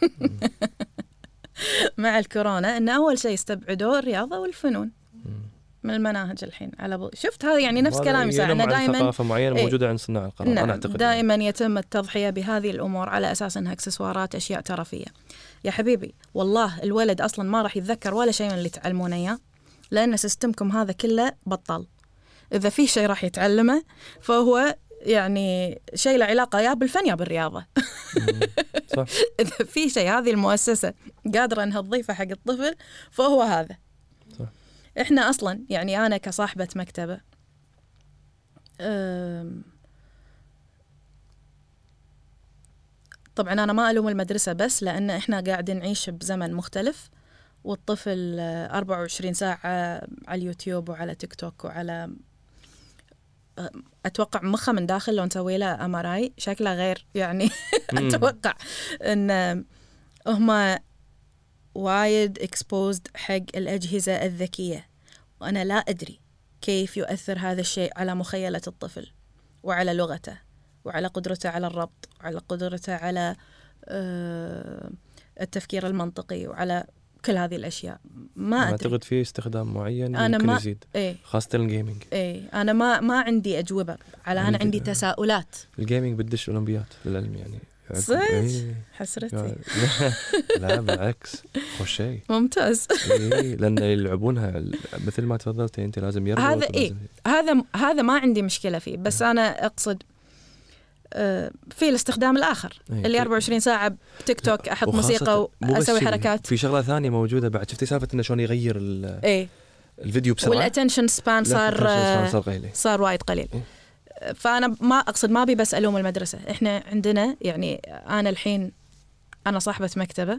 مع الكورونا أن أول شيء استبعدوا الرياضة والفنون م. من المناهج الحين. على ب... شفت هذا يعني نفس كلامي ساعة دائما ثقافة معينة موجودة عند صناع القرار. نعم. أنا أعتقد دائما يتم التضحية بهذه الأمور على أساس أنها إكسسوارات، أشياء ترفية. يا حبيبي والله الولد أصلا ما راح يتذكر ولا شيء من اللي تعلمونه إياه، لأن سيستمكم هذا كله بطل. إذا في شيء راح يتعلمه فهو يعني شيء له علاقة يا بالفن يا بالرياضة. صح. إذا في شيء هذه المؤسسة قادرة أنها تضيفه حق الطفل فهو هذا. صح. إحنا أصلا يعني أنا كصاحبة مكتبة طبعا أنا ما ألوم المدرسة بس، لأن إحنا قاعدين نعيش بزمن مختلف، والطفل أربعة وعشرين ساعة على اليوتيوب وعلى تيك توك وعلى أتوقع مخه من داخل لو نسوي له أم آر آي شكله غير يعني. أتوقع إن هم وايد exposed حق الأجهزة الذكية، وأنا لا أدري كيف يؤثر هذا الشيء على مخيلة الطفل وعلى لغته وعلى قدرته على الربط وعلى قدرته على التفكير المنطقي وعلى كل هذه الأشياء. ما أدري. أعتقد في استخدام معين أنا ممكن ما يزيد إيه؟ خاصة الجيمينج. إيه أنا ما ما عندي أجوبة على، أنا عندي تساؤلات. الجيمينج بدش أولمبيات للعلم يعني. صدق إيه؟ حسرتي. لا بالعكس خوش شيء ممتاز. إيه لأن يلعبونها مثل ما تفضلتي أنت لازم يربط. هذا إيه هذا هذا ما عندي مشكلة فيه، بس أنا أقصد في الاستخدام الآخر أيه. اللي أربعة وعشرين ساعة بتيك توك أحط موسيقى وأسوي حركات. في شغلة ثانية موجودة بعد، شفتي سالفة إنه شلون يغير إيه؟ الفيديو بسرعة، والاتنشن سبان صار صار, صار وايد قليل. إيه؟ فأنا ما أقصد ما بي بس ألوم المدرسة، إحنا عندنا يعني أنا الحين أنا صاحبة مكتبة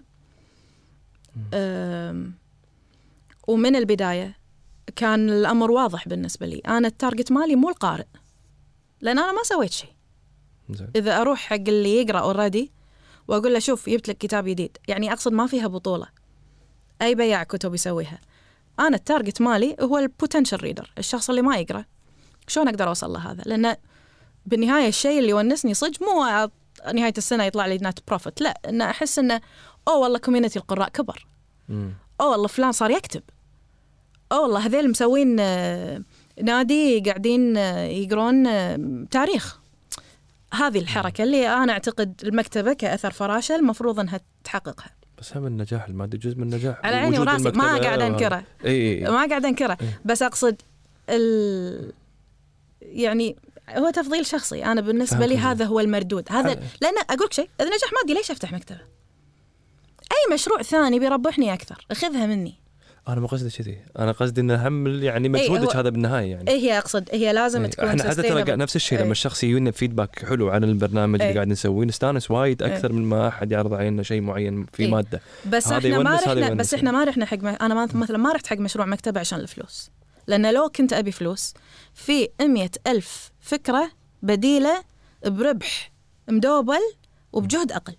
ومن البداية كان الأمر واضح بالنسبة لي، أنا التارجت مالي مو القارئ، لأن أنا ما سويت شيء. إذا أروح حق اللي يقرأ أوريدي وأقول له شوف جبت لك كتاب جديد، يعني أقصد ما فيها بطولة، أي بياع كتب يسويها. أنا التارجت مالي هو البوتنشال ريدر، الشخص اللي ما يقرأ. شلون أقدر أوصل له هذا؟ لأن بالنهاية الشيء اللي يونسني صدق مو نهاية السنة يطلع لي نت بروفيت، لا، إن أحس إنه أوه والله كوميونتي القراء كبر، أوه والله فلان صار يكتب، أوه والله هذيل مسوين نادي قاعدين يقرون تاريخ. هذه الحركة اللي أنا أعتقد المكتبة كأثر فراشة المفروض أنها تحققها. بس هم النجاح المادي جزء من النجاح على عيني وراسي، ما قاعد أنكره إيه. ما قاعد أنكره إيه. بس أقصد ال... يعني هو تفضيل شخصي. أنا بالنسبة لي هذا هو المردود هذا حل. لأن أقولك شيء، إذا نجاح مادي ليش أفتح مكتبة؟ أي مشروع ثاني بيربحني أكثر أخذها مني. أنا ما قصدي كذي، أنا قصدي إن هم يعني مجهودك هذا بالنهاية يعني. إيه هي أقصد هي لازم إيه. تكون. إحنا حتى ترى نفس الشيء لما الشخص يجينا فيدباك حلو عن البرنامج إيه. اللي قاعد نسويه نستانس وايد أكثر إيه. من ما أحد يعرض علينا شيء معين في إيه. مادة. بس إحنا ما رحنا بس إحنا ما رحنا حق م... أنا ما مثلا ما رحت حق مشروع مكتبة عشان الفلوس، لأن لو كنت أبي فلوس في مية ألف فكرة بديلة بربح مدوبل وبجهد أقل.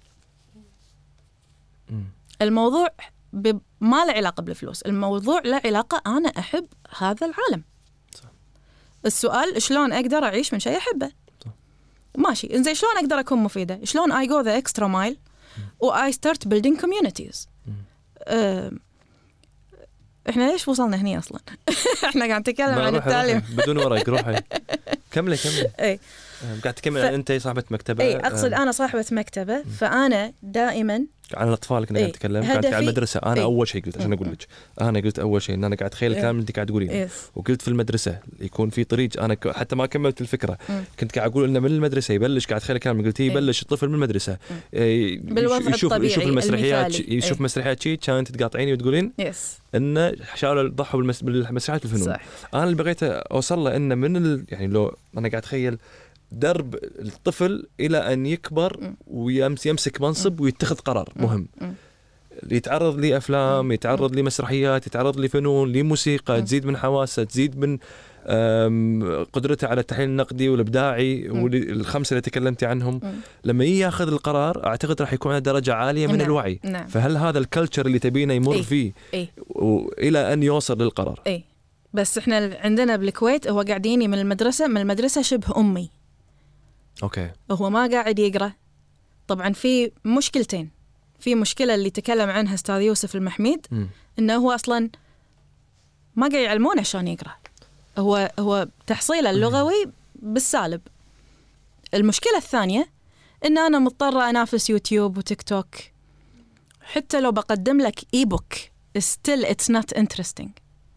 م. الموضوع ب... ما له علاقة بالفلوس، الموضوع له علاقة أنا أحب هذا العالم. صح. السؤال شلون أقدر أعيش من شيء أحبه. صح. ماشي إنزين، شلون أقدر أكون مفيدة؟ شلون I go the extra mile و I start building communities. أه... إحنا ليش وصلنا هني أصلا؟ إحنا قاعد نتكلم عن التعليم بدون وراك. روحي كملي كملي. إيه. قاعد تكمل ف... أنت صاحبة مكتبة. إيه أقصد أنا صاحبة مكتبة، فأنا دائما عن الأطفال كنا قاعد نتكلم. كانت على المدرسة. أنا إيه؟ أول شيء قلت عشان أقول لك، أنا قلت أول شيء إن أنا قاعد أتخيل الكلام اللي أنت قاعد تقولين إيه؟ وقلت في المدرسة يكون في طريق. أنا حتى ما كملت الفكرة م. كنت قاعد أقول إنه من المدرسة يبلش. قاعد أتخيل الكلام قلت إيه يبلش الطفل من المدرسة إيه بالوضع يشوف الطبيعي يشوف المسرحيات إيه؟ يشوف مسرحيات شيء كانت تقاطعيني وتقولين يس إنه حاولوا يضحوا بالمس... بالمسرحيات الفنون. صح. أنا اللي بغيت أوصل له إنه من ال... يعني لو أنا قاعد أتخيل درب الطفل إلى أن يكبر ويمسك منصب ويتخذ قرار مهم، يتعرض لي أفلام، يتعرض لي مسرحيات، يتعرض لي فنون، لي موسيقى، تزيد من حواسه، تزيد من قدرته على التحليل النقدي والإبداعي والخمسة اللي تكلمتي عنهم م. لما ياخذ القرار أعتقد راح يكون عنده درجة عالية من نعم. الوعي. نعم. فهل هذا الكلتشر اللي تبينه يمر إيه؟ فيه إيه؟ إلى أن يوصل للقرار؟ إيه؟ بس إحنا عندنا بالكويت هو قاعدين من المدرسة من المدرسة شبه أمي. أوكي. هو ما قاعد يقرأ. طبعا في مشكلتين. في مشكلة اللي تكلم عنها أستاذ يوسف المحميد م. إنه هو أصلاً ما قاعد يعلمونه عشان يقرأ. هو هو تحصيله اللغوي بالسالب. المشكلة الثانية إن أنا مضطرة أنافس يوتيوب وتيك توك. حتى لو بقدم لك إي بوك still it's not interesting.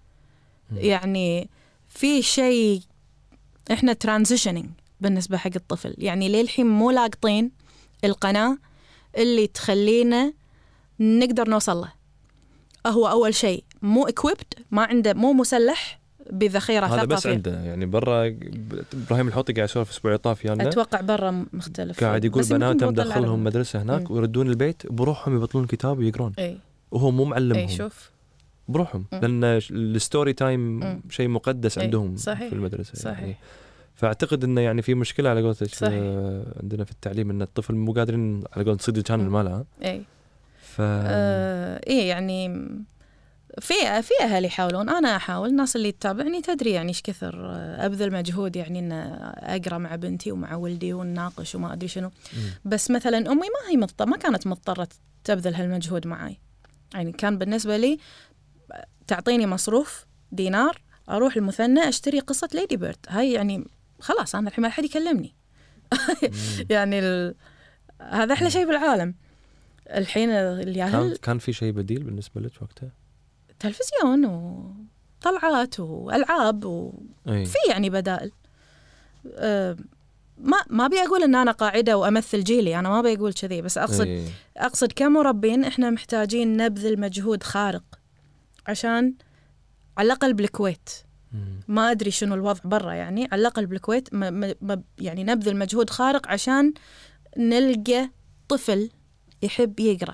يعني في شيء إحنا transitioning بالنسبة حق الطفل. يعني للحين مو لاقطين القناة اللي تخلينا نقدر نوصل له. هو أول شيء مو equipped ما عنده مو مسلح بذخيرة ثقافية. هذا بس عندنا يعني برا. إبراهيم الحوطي قاعد يسولف الأسبوع الطافي يعني أتوقع برا مختلف. قاعد يقول بناته مدخلهم مدرسة هناك م. ويردون البيت بروحهم يبطلون كتاب ويقرون. أي. وهو مو معلمهم. أي شوف. بروحهم م. لأن الستوري تايم شيء مقدس أي. عندهم صحيح. في المدرسة. صحيح. يعني فأعتقد إنه يعني في مشكلة على قولتك عندنا في التعليم إن الطفل مو قادرين على قول تصيد الكان المالها. إيه. ف. آه إيه يعني في في أهل يحاولون. أنا أحاول. الناس اللي تتابعني تدري يعني إيش كثر أبذل مجهود يعني إن أقرأ مع بنتي ومع ولدي ونناقش وما أدري شنو. م. بس مثلا أمي ما هي مضطرة ما كانت مضطرة تبذل هالمجهود معي. يعني كان بالنسبة لي تعطيني مصروف دينار أروح المثنى أشتري قصة ليدي بيرد. هاي يعني خلاص أنا الحين ما حد يكلمني. يعني ال... هذا أحلى شيء بالعالم. الحين الياهل كان, كان في شيء بديل بالنسبة لك وقتها؟ تلفزيون وطلعات وألعاب وفي يعني بدائل. أه ما ما أبي أقول إن أنا قاعدة وأمثل جيلي. أنا ما أبي أقول كذي. بس أقصد أي. أقصد كمربين إحنا محتاجين نبذل مجهود خارق عشان على الأقل بالكويت. ما أدري شنو الوضع برا يعني على الأقل بالكويت ما ما يعني نبذل مجهود خارق عشان نلقى طفل يحب يقرأ.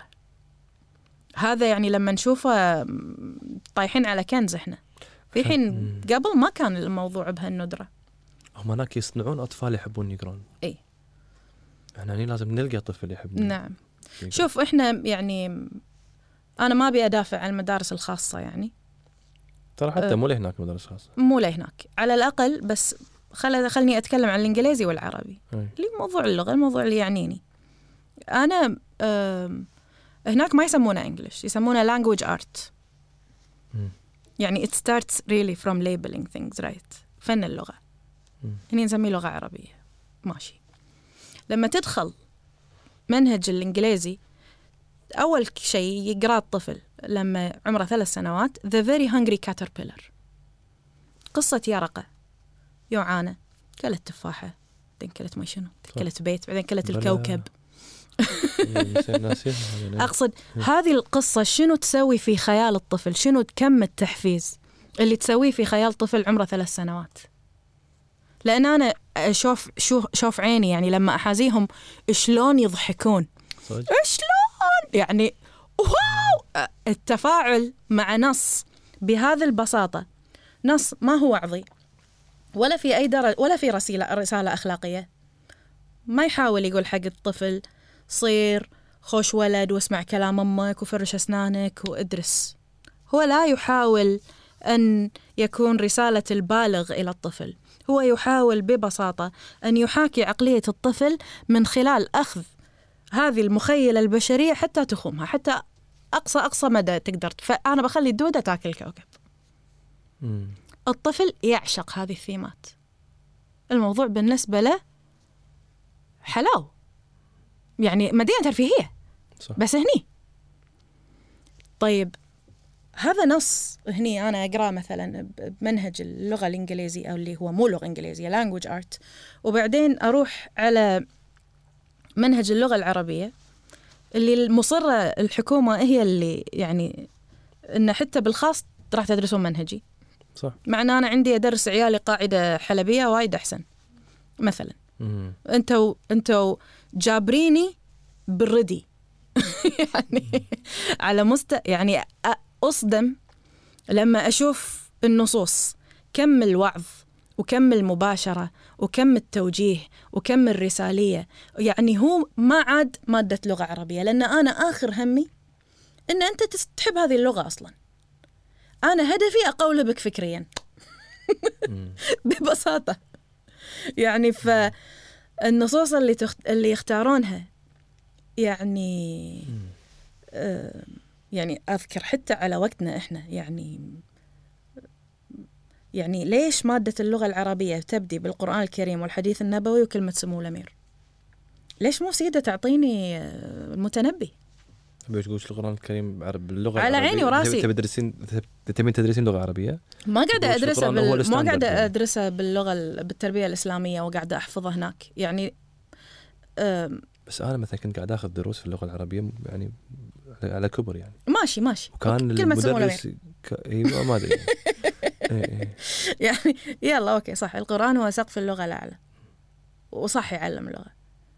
هذا يعني لما نشوفه طايحين على كنز. إحنا في حين قبل ما كان الموضوع بهالندرة. هم هناك يصنعون أطفال يحبون يقرون. إيه. إحنا هني لازم نلقى طفل يحب. نعم. يقرأ. شوف إحنا يعني أنا ما أبي أدافع عن المدارس الخاصة يعني. ترى حتى مو لهناك مدارس خاصة. مو لهناك على الأقل. بس خل خلني أتكلم عن الإنجليزي والعربي. أي. اللي موضوع اللغة الموضوع اللي يعنيني. أنا هناك ما يسمونه إنجليش يسمونه language art. م. يعني it starts really from labeling things right. فن اللغة. م. هني نسميه لغة عربية. ماشي. لما تدخل منهج الإنجليزي أول شيء يقرأ الطفل لما عمره ثلاث سنوات The Very Hungry Caterpillar. قصة يرقة يعانى كلت تفاحة بعدين كلت ما شنو كلت بيت بعدين كلت الكوكب. أقصد هذه القصة شنو تسوي في خيال الطفل. شنو كم التحفيز اللي تسويه في خيال طفل عمره ثلاث سنوات. لأن أنا أشوف شوف شوف عيني يعني لما أحازيهم شلون يضحكون شلون يعني واو. التفاعل مع نص بهذه البساطة نص ما هو وعظي ولا في أي درجة ولا في رسالة رسالة أخلاقية. ما يحاول يقول حق الطفل صير خوش ولد واسمع كلام أمك وفرش أسنانك وادرس. هو لا يحاول أن يكون رسالة البالغ إلى الطفل. هو يحاول ببساطة أن يحاكي عقلية الطفل من خلال أخذ هذه المخيلة البشرية حتى تخومها حتى أقصى أقصى مدى تقدر. فأنا بخلي الدودة تاكل الكوكب. مم. الطفل يعشق هذه الثيمات. الموضوع بالنسبة له حلاو يعني مدينة ترفيهية صح. بس هني طيب هذا نص هني أنا أقرأ مثلا بمنهج اللغة الإنجليزية أو اللي هو مو لغة إنجليزية language art وبعدين أروح على منهج اللغة العربية اللي المصرة الحكومة هي اللي يعني إن حتى بالخاص راح تدرسون منهجي صح. مع أن أنا عندي أدرس عيالي قاعدة حلبية وايد أحسن مثلا. مم. أنتوا أنتوا جابريني بالردي يعني على مست يعني أصدم لما أشوف النصوص كم الوعظ وكم المباشرة وكم التوجيه وكم الرسالية. يعني هو ما عاد مادة لغة عربية، لأن أنا آخر همي إن أنت تحب هذه اللغة أصلا. أنا هدفي أقولبك فكريا ببساطة. يعني فالنصوص اللي تخت... اللي يختارونها يعني آه يعني أذكر حتى على وقتنا إحنا يعني يعني ليش مادة اللغة العربية تبدي بالقرآن الكريم والحديث النبوي وكلمة سمو الأمير؟ ليش مو سيدة تعطيني المتنبي؟ تبي تقول القرآن الكريم باللغة على العربية؟ عيني وراسي. تبي تدرسين تبين تدرسين لغة عربية؟ ما قاعدة أدرسها بال... ما قاعدة يعني. أدرسها باللغة بالتربية الإسلامية وقاعدة أحفظها هناك يعني. أم... بس أنا مثلا كنت قاعد أخذ دروس في اللغة العربية يعني على كبر يعني. ماشي ماشي. وكان المدرس ك... ايوه ما ادري. يعني يلا اوكي صح، القرآن هو سقف اللغة الأعلى وصح يعلم اللغة.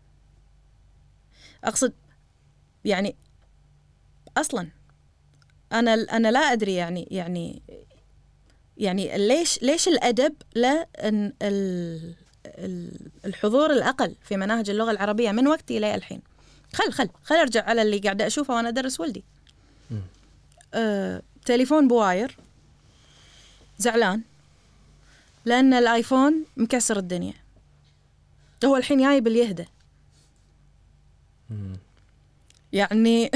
أقصد يعني أصلا أنا أنا لا أدري يعني يعني يعني ليش ليش الأدب لا إن الحضور الأقل في مناهج اللغة العربية من وقتي إلى الحين. خل خل خل أرجع على اللي قاعدة أشوفه وأنا أدرس ولدي. أه، تليفون بواير زعلان لأن الآيفون مكسر الدنيا، هو الحين جاي باليهدى يعني.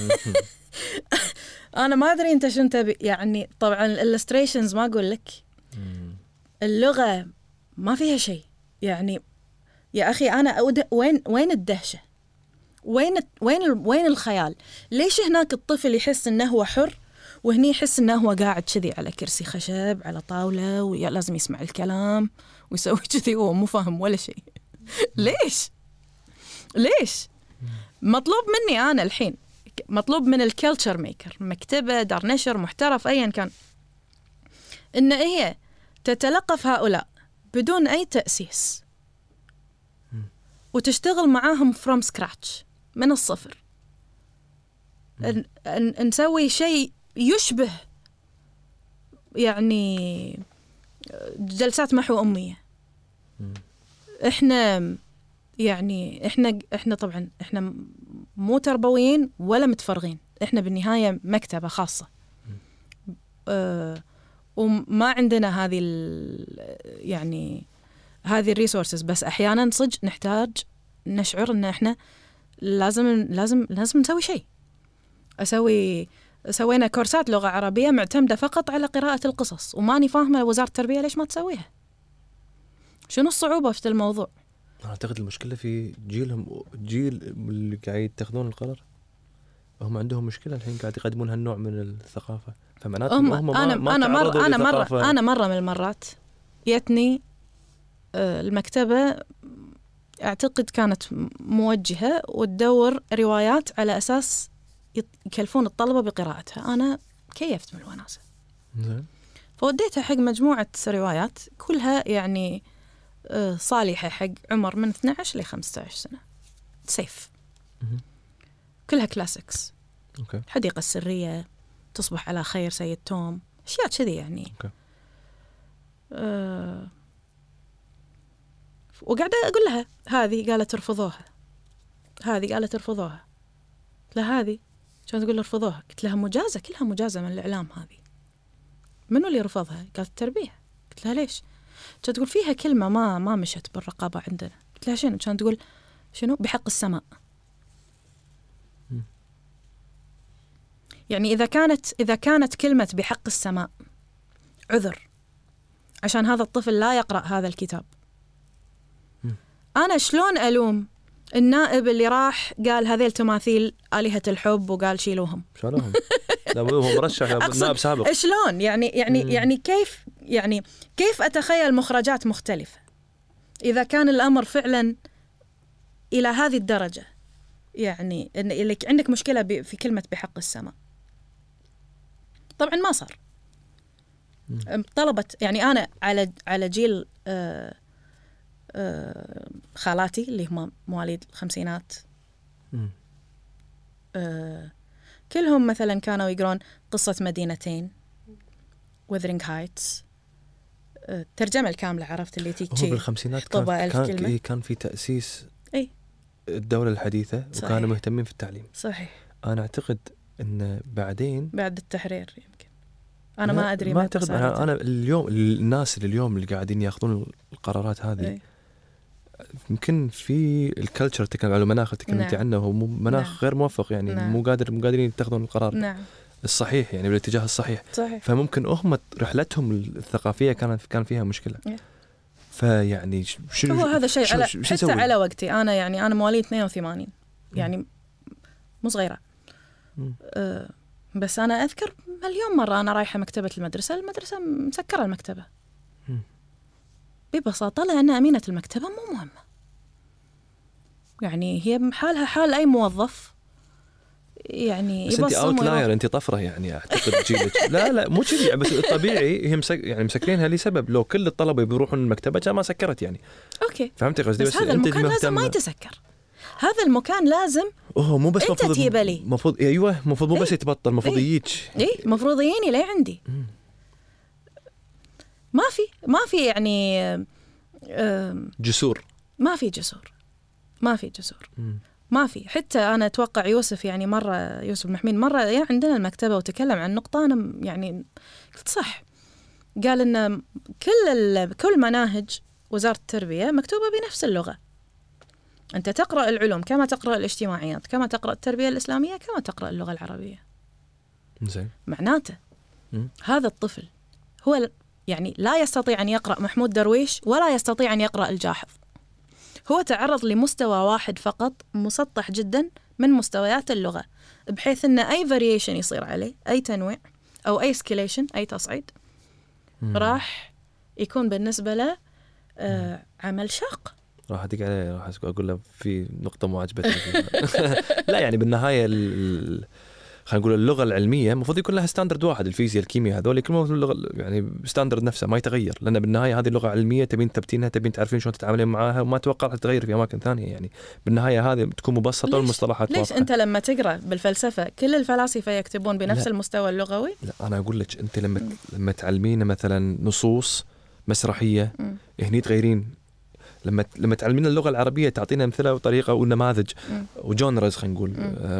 أنا ما أدري أنت شو تبي يعني. طبعا الإلستريشنز ما أقول لك، اللغة ما فيها شيء يعني. يا أخي أنا أود... وين وين الدهشة؟ وين وين وين الخيال؟ ليش هناك الطفل يحس إنه هو حر وهني يحس إنه هو قاعد كذي على كرسي خشب على طاولة ولازم يسمع الكلام ويسوي كذي وهو مو فاهم ولا شيء؟ ليش؟ ليش؟ مطلوب مني أنا الحين، مطلوب من الكلتشر ميكر، مكتبة، دار نشر، محترف، أيا كان، إن هي تتلقف هؤلاء بدون أي تأسيس وتشتغل معاهم from scratch من الصفر. ن- ن- نسوي شيء يشبه يعني جلسات محو أمية. إحنا يعني إحنا إحنا طبعا إحنا مو تربويين ولا متفرغين، إحنا بالنهاية مكتبة خاصة أه وما عندنا هذه يعني هذه الريسورسز. بس أحيانا صدق نحتاج نشعر إن إحنا لازم لازم لازم نسوي شيء. أسوي سوينا كورسات لغة عربية معتمدة فقط على قراءة القصص، وماني فاهمة وزارة التربية ليش ما تسويها. شنو الصعوبة في الموضوع؟ أنا أعتقد المشكلة في جيلهم، جيل اللي قاعد يتخذون القرار هم عندهم مشكلة الحين قاعد يقدمون هالنوع من الثقافة، فمعناته هم, هم ما أنا ما أنا مرة أنا لثقافة. مرة أنا مرة من المرات يتني المكتبة أعتقد كانت موجهة وتدور روايات على أساس يكلفون الطلبة بقراءتها. أنا كيفت من الوناسة، فوديتها حق مجموعة روايات كلها يعني صالحة حق عمر من اثني عشر ل خمسة عشر سنة، سيف، كلها كلاسيكس. أوكي. الحديقة السرية، تصبح على خير، سيد توم، أشياء كذي يعني. أوكي. أه وقاعدة أقول لها هذه، قالت ارفضوها، هذه قالت ارفضوها. قلت لها هذه شلون تقول ارفضوها؟ قلت لها مجازة، كلها مجازة من الإعلام. هذه منو اللي رفضها؟ قالت التربية. قلت لها ليش؟ كانت تقول فيها كلمة ما ما مشت بالرقابة عندنا. قلت لها شنو؟ كانت تقول شنو؟ بحق السماء. يعني إذا كانت إذا كانت كلمة بحق السماء عذر عشان هذا الطفل لا يقرأ هذا الكتاب، أنا شلون ألوم النائب اللي راح قال هذيل تماثيل آلهة الحب وقال شيلوهم؟ شالوهم. لا هو مرشح نائب سابق. شلون يعني يعني مم. يعني كيف يعني كيف أتخيل مخرجات مختلفة إذا كان الأمر فعلا إلى هذه الدرجة؟ يعني إن اللي عندك مشكلة في كلمة بحق السماء. طبعا ما صار. طلبت يعني أنا على على جيل آه آه خالاتي اللي هم مواليد الخمسينات، آه كلهم مثلا كانوا يقرون قصة مدينتين، وذرينغ هايتس، الترجمة الكاملة، عرفت اللي تيجي هو بالخمسينات كان كان, كان في تأسيس أي الدولة الحديثة صحيح. وكانوا مهتمين في التعليم صحيح. أنا أعتقد إن بعدين بعد التحرير يمكن أنا ما أدري ما أعتقد أنا, أنا اليوم الناس اللي اليوم اللي قاعدين يأخذون القرارات هذه أي. يمكن في الكالتشر تكلم على المناخ تكلمتي نعم. عنه هو مناخ نعم. غير موفق يعني نعم. مو قادر مو قادرين يتخذون القرار نعم. الصحيح يعني بالاتجاه الصحيح صحيح. فممكن هم رحلتهم الثقافية كانت كان فيها مشكلة yeah. فيعني شو هو هذا شيء على حتى سوي؟ على وقتي أنا يعني أنا مواليد اثنين وثمانين يعني مو صغيرة أه بس أنا أذكر مليون مرة أنا رايحة مكتبة المدرسة المدرسة مسكرة المكتبة م. ببساطة لأن أمينة المكتبة مو مهمة يعني هي حالها حال أي موظف يعني بس انت اوتلاير انت طفره يعني اعتقد جيلك لا لا مو كذي بس الطبيعي هي مسك يعني مسكرينها لسبب لو كل الطلبه بيروحون المكتبه كان ما سكرت يعني اوكي فهمتي قصدي بس, بس هذا المكان لازم ما يتسكر هذا المكان لازم اوه مو بس مفروض تجيبلي مفروض ايوه مفروض مو بس يتبطل مفروض يجيك اي مفروض يجيني لي عندي ما في ما في يعني جسور ما في جسور ما في جسور م. ما في حتى أنا أتوقع يوسف يعني مرة يوسف محمين مرة يعني عندنا المكتبة وتكلم عن نقطة أنا يعني قلت صح قال إن كل كل مناهج وزارة التربية مكتوبة بنفس اللغة أنت تقرأ العلوم كما تقرأ الاجتماعيات كما تقرأ التربية الإسلامية كما تقرأ اللغة العربية زين معناته م? هذا الطفل هو يعني لا يستطيع أن يقرأ محمود درويش ولا يستطيع أن يقرأ الجاحظ هو تعرض لمستوى واحد فقط مسطح جدا من مستويات اللغة بحيث أن أي variation يصير عليه أي تنويع أو أي escalation أي تصعيد مم. راح يكون بالنسبة له آه عمل شاق راح أدق عليه راح أقول له في نقطة مو عجبتني لا يعني بالنهاية ال خلينا نقول اللغة العلمية المفروض يكون لها ستاندرد واحد الفيزياء الكيمياء هذول كل اللغة يعني ستاندرد نفسه ما يتغير لأن بالنهاية هذه اللغة علمية تبين تبتينها تبين تعرفين شلون تتعاملين معاها وما توقع راح تتغير في أماكن ثانية يعني بالنهاية هذه تكون مبسطة والمصطلحات ليش واضحة. أنت لما تقرأ بالفلسفة كل الفلاسفة يكتبون بنفس لا. المستوى اللغوي لا أنا أقول لك أنت لما م. لما تعلمين مثلا نصوص مسرحية م. هني تغيرين لما لما تعلمين اللغة العربية تعطينا أمثلة وطريقة ونماذج م. وجونرز خلينا نقول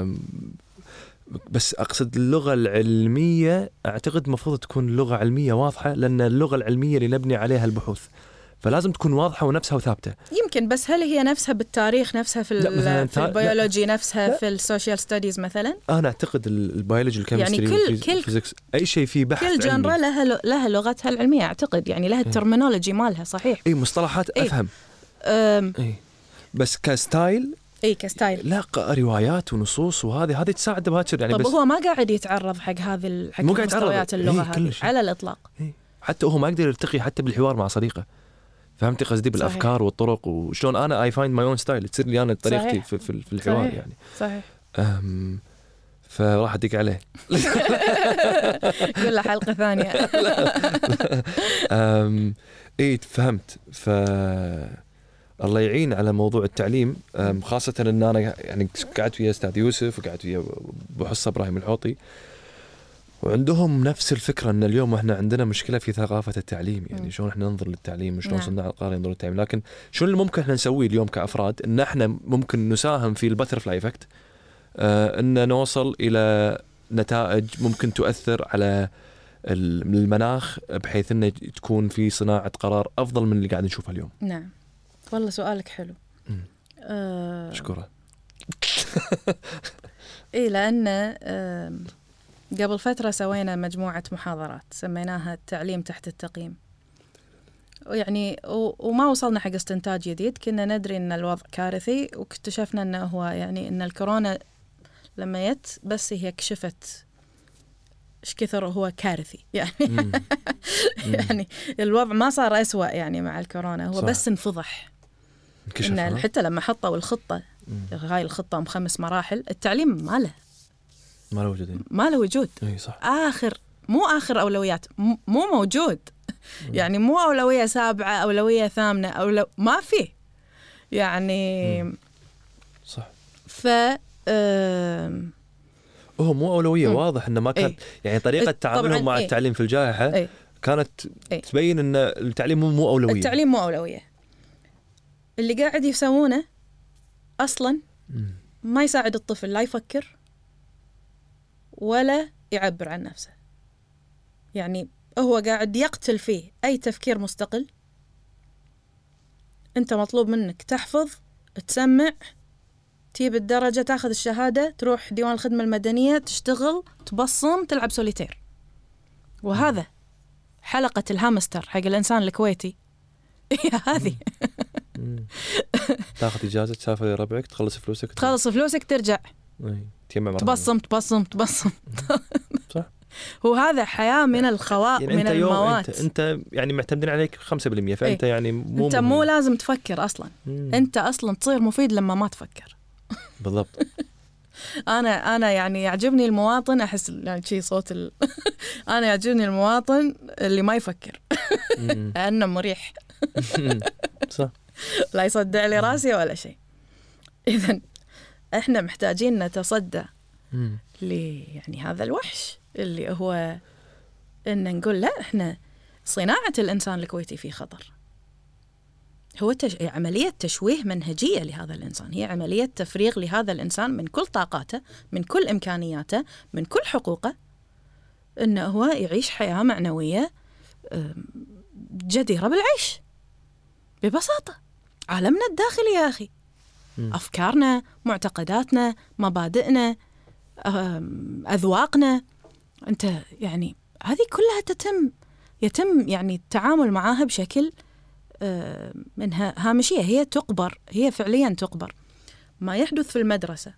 بس أقصد اللغة العلمية أعتقد مفروض تكون لغة علمية واضحة لأن اللغة العلمية اللي نبني عليها البحوث فلازم تكون واضحة ونفسها وثابتة يمكن بس هل هي نفسها بالتاريخ نفسها في, في البيولوجي نفسها لا. في السوشيال ستاديز مثلا أنا أعتقد البيولوجي الكيمستري يعني كل الفيزيكس أي شيء فيه بحث كل جنرا لها لها لغتها العلمية أعتقد يعني لها الترمينولوجي مالها صحيح أي مصطلحات أفهم أم أي بس كستايل اي كستايل لا روايات ونصوص وهذه هذه تساعد بهاتشر يعني طب بس هو ما قاعد يتعرض حق هذه حق مستويات اللغه هذه على الاطلاق هي. حتى هو ما يقدر يرتقي حتى بالحوار مع صديقه فهمتي قصدي بالافكار صحيح. والطرق وشلون انا اي فايند ماي اون ستايل تصير لي انا طريقتي في, في, في الحوار صحيح. يعني صحيح أم فراح ادق عليه قول له حلقه ثانيه امم اي فهمت ف الله يعين على موضوع التعليم خاصة أن أنا يعني قعدت ويا أستاذ يوسف وقعدت ويا أبو حصة إبراهيم الحوطي وعندهم نفس الفكرة أن اليوم إحنا عندنا مشكلة في ثقافة التعليم يعني شلون إحنا ننظر للتعليم وشلون نعم. صناع القرار ينظروا للتعليم لكن شو اللي ممكن إحنا نسويه اليوم كأفراد إن إحنا ممكن نساهم في الباترفلاي إفكت آه إن نوصل إلى نتائج ممكن تؤثر على المناخ بحيث إنه تكون في صناعة قرار أفضل من اللي قاعد نشوفه اليوم. نعم والله سؤالك حلو أه شكرا إيه لأن أه قبل فترة سوينا مجموعة محاضرات سميناها التعليم تحت التقييم يعني وما وصلنا حق استنتاج جديد كنا ندري أن الوضع كارثي واكتشفنا أنه هو يعني أن الكورونا لما يت بس هي كشفت إيش كثر هو كارثي يعني مم. يعني الوضع ما صار أسوأ يعني مع الكورونا هو صح. بس انفضح إن حتى لما حطوا الخطة مم. هاي الخطة أم خمس مراحل التعليم ما له ما له وجود ما له وجود إيه صح. آخر مو آخر أولويات مو موجود مم. يعني مو أولوية سابعة أولوية ثامنة أولو ما في يعني مم. صح ف آه هو مو أولوية مم. واضح إنه ما كان إيه؟ يعني طريقة تعاملهم مع إيه؟ التعليم في الجائحة إيه؟ كانت إيه؟ تبين ان التعليم مو اولويه. التعليم مو اولويه. اللي قاعد يسوونه اصلا ما يساعد الطفل لا يفكر ولا يعبر عن نفسه. يعني هو قاعد يقتل فيه اي تفكير مستقل. انت مطلوب منك تحفظ، تسمع، تجيب الدرجة، تاخذ الشهادة، تروح ديوان الخدمة المدنية، تشتغل، تبصم، تلعب سوليتير. وهذا حلقة الهامستر حق الإنسان الكويتي. هي هذه. تاخذ إجازة، تسافر لربعك، تخلص فلوسك، تخلص فلوسك، ترجع تبصم تبصم تبصم. صح. وهذا حياة من الخواء، يعني من الموات. انت, انت يعني معتمدين عليك خمسة بالمية، فانت ايه؟ يعني مو انت مو لازم تفكر اصلا. مم. انت اصلا تصير مفيد لما ما تفكر. بالضبط. انا انا يعني يعجبني المواطن، احس يعني شيء صوت ال... انا يعجبني المواطن اللي ما يفكر. لانه مريح. صح. لا يصدع لي راسي ولا شيء. اذا احنا محتاجين نتصدى ل يعني هذا الوحش اللي هو ان نقول لا، احنا صناعة الانسان الكويتي في خطر. هو تش... عملية تشويه منهجية لهذا الإنسان، هي عملية تفريغ لهذا الإنسان من كل طاقاته، من كل إمكانياته، من كل حقوقه، إنه هو يعيش حياة معنوية جديرة بالعيش. ببساطة عالمنا الداخلي يا أخي، أفكارنا، معتقداتنا، مبادئنا، أذواقنا، أنت يعني هذه كلها تتم يتم يعني التعامل معها بشكل منها هامشية. هي تقبر، هي فعليا تقبر. ما يحدث في المدرسة،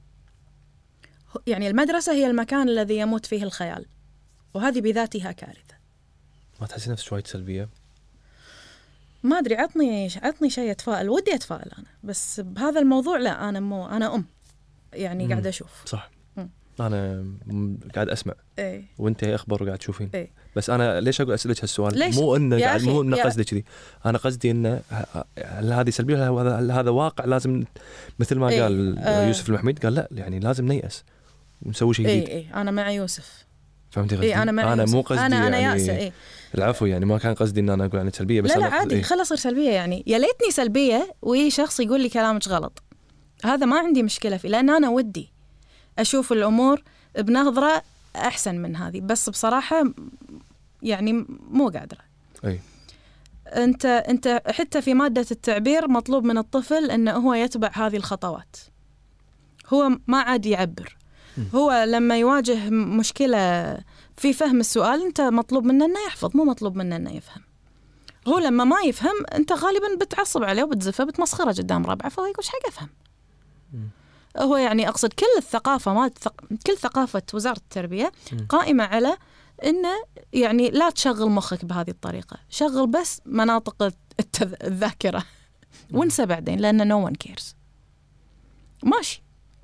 يعني المدرسة هي المكان الذي يموت فيه الخيال، وهذه بذاتها كارثة. ما تحسي نفس شوية سلبية؟ ما أدري، عطني عطني شيء أتفائل، ودي أتفائل أنا، بس بهذا الموضوع لا. أنا مو أنا أم يعني قاعدة أشوف. صح. م. أنا قاعد أسمع. إيه؟ وأنت أخبر وقاعد تشوفين. إيه؟ بس أنا ليش أقول أسألك هالسؤال؟ ليش؟ مو إنه يا قاعد أخي مو إنه يا... قصدي كذي. أنا قصدي إنه هل هذه سلبية؟ هل هذا واقع لازم مثل ما إيه؟ قال آه... يوسف المحميد، قال لا يعني لازم نيأس ونسوي شيء جديد. إيه إيه أنا مع يوسف. فهمتي قصدي؟ إيه أنا مع أنا يوسف. مو قصدي أنا أنا يعني يأسة. إيه؟ العفو، يعني ما كان قصدي إن أنا أقول عن سلبية، بس لا أنا لا عادي. إيه؟ خلاص صير سلبية يعني. يا ليتني سلبية وي شخص يقول لي كلامك غلط، هذا ما عندي مشكلة فيه، لأن أنا ودي أشوف الأمور بنظرة أحسن من هذه. بس بصراحة يعني مو قادرة. أي. أنت أنت حتى في مادة التعبير مطلوب من الطفل أنه هو يتبع هذه الخطوات. هو ما عاد يعبر. م. هو لما يواجه مشكلة في فهم السؤال، أنت مطلوب منه أنه يحفظ، مو مطلوب منه أنه يفهم. هو لما ما يفهم أنت غالبا بتعصب عليه وبتزفه، بتمسخره قدام ربعه، فهو يقول حق أفهم. م. هو يعني أقصد كل الثقافة، ما ثق... كل ثقافة وزارة التربية قائمة على إنه يعني لا تشغل مخك بهذه الطريقة، شغل بس مناطق التذ... الذاكرة وانسى بعدين، لأن no one cares. ماشي.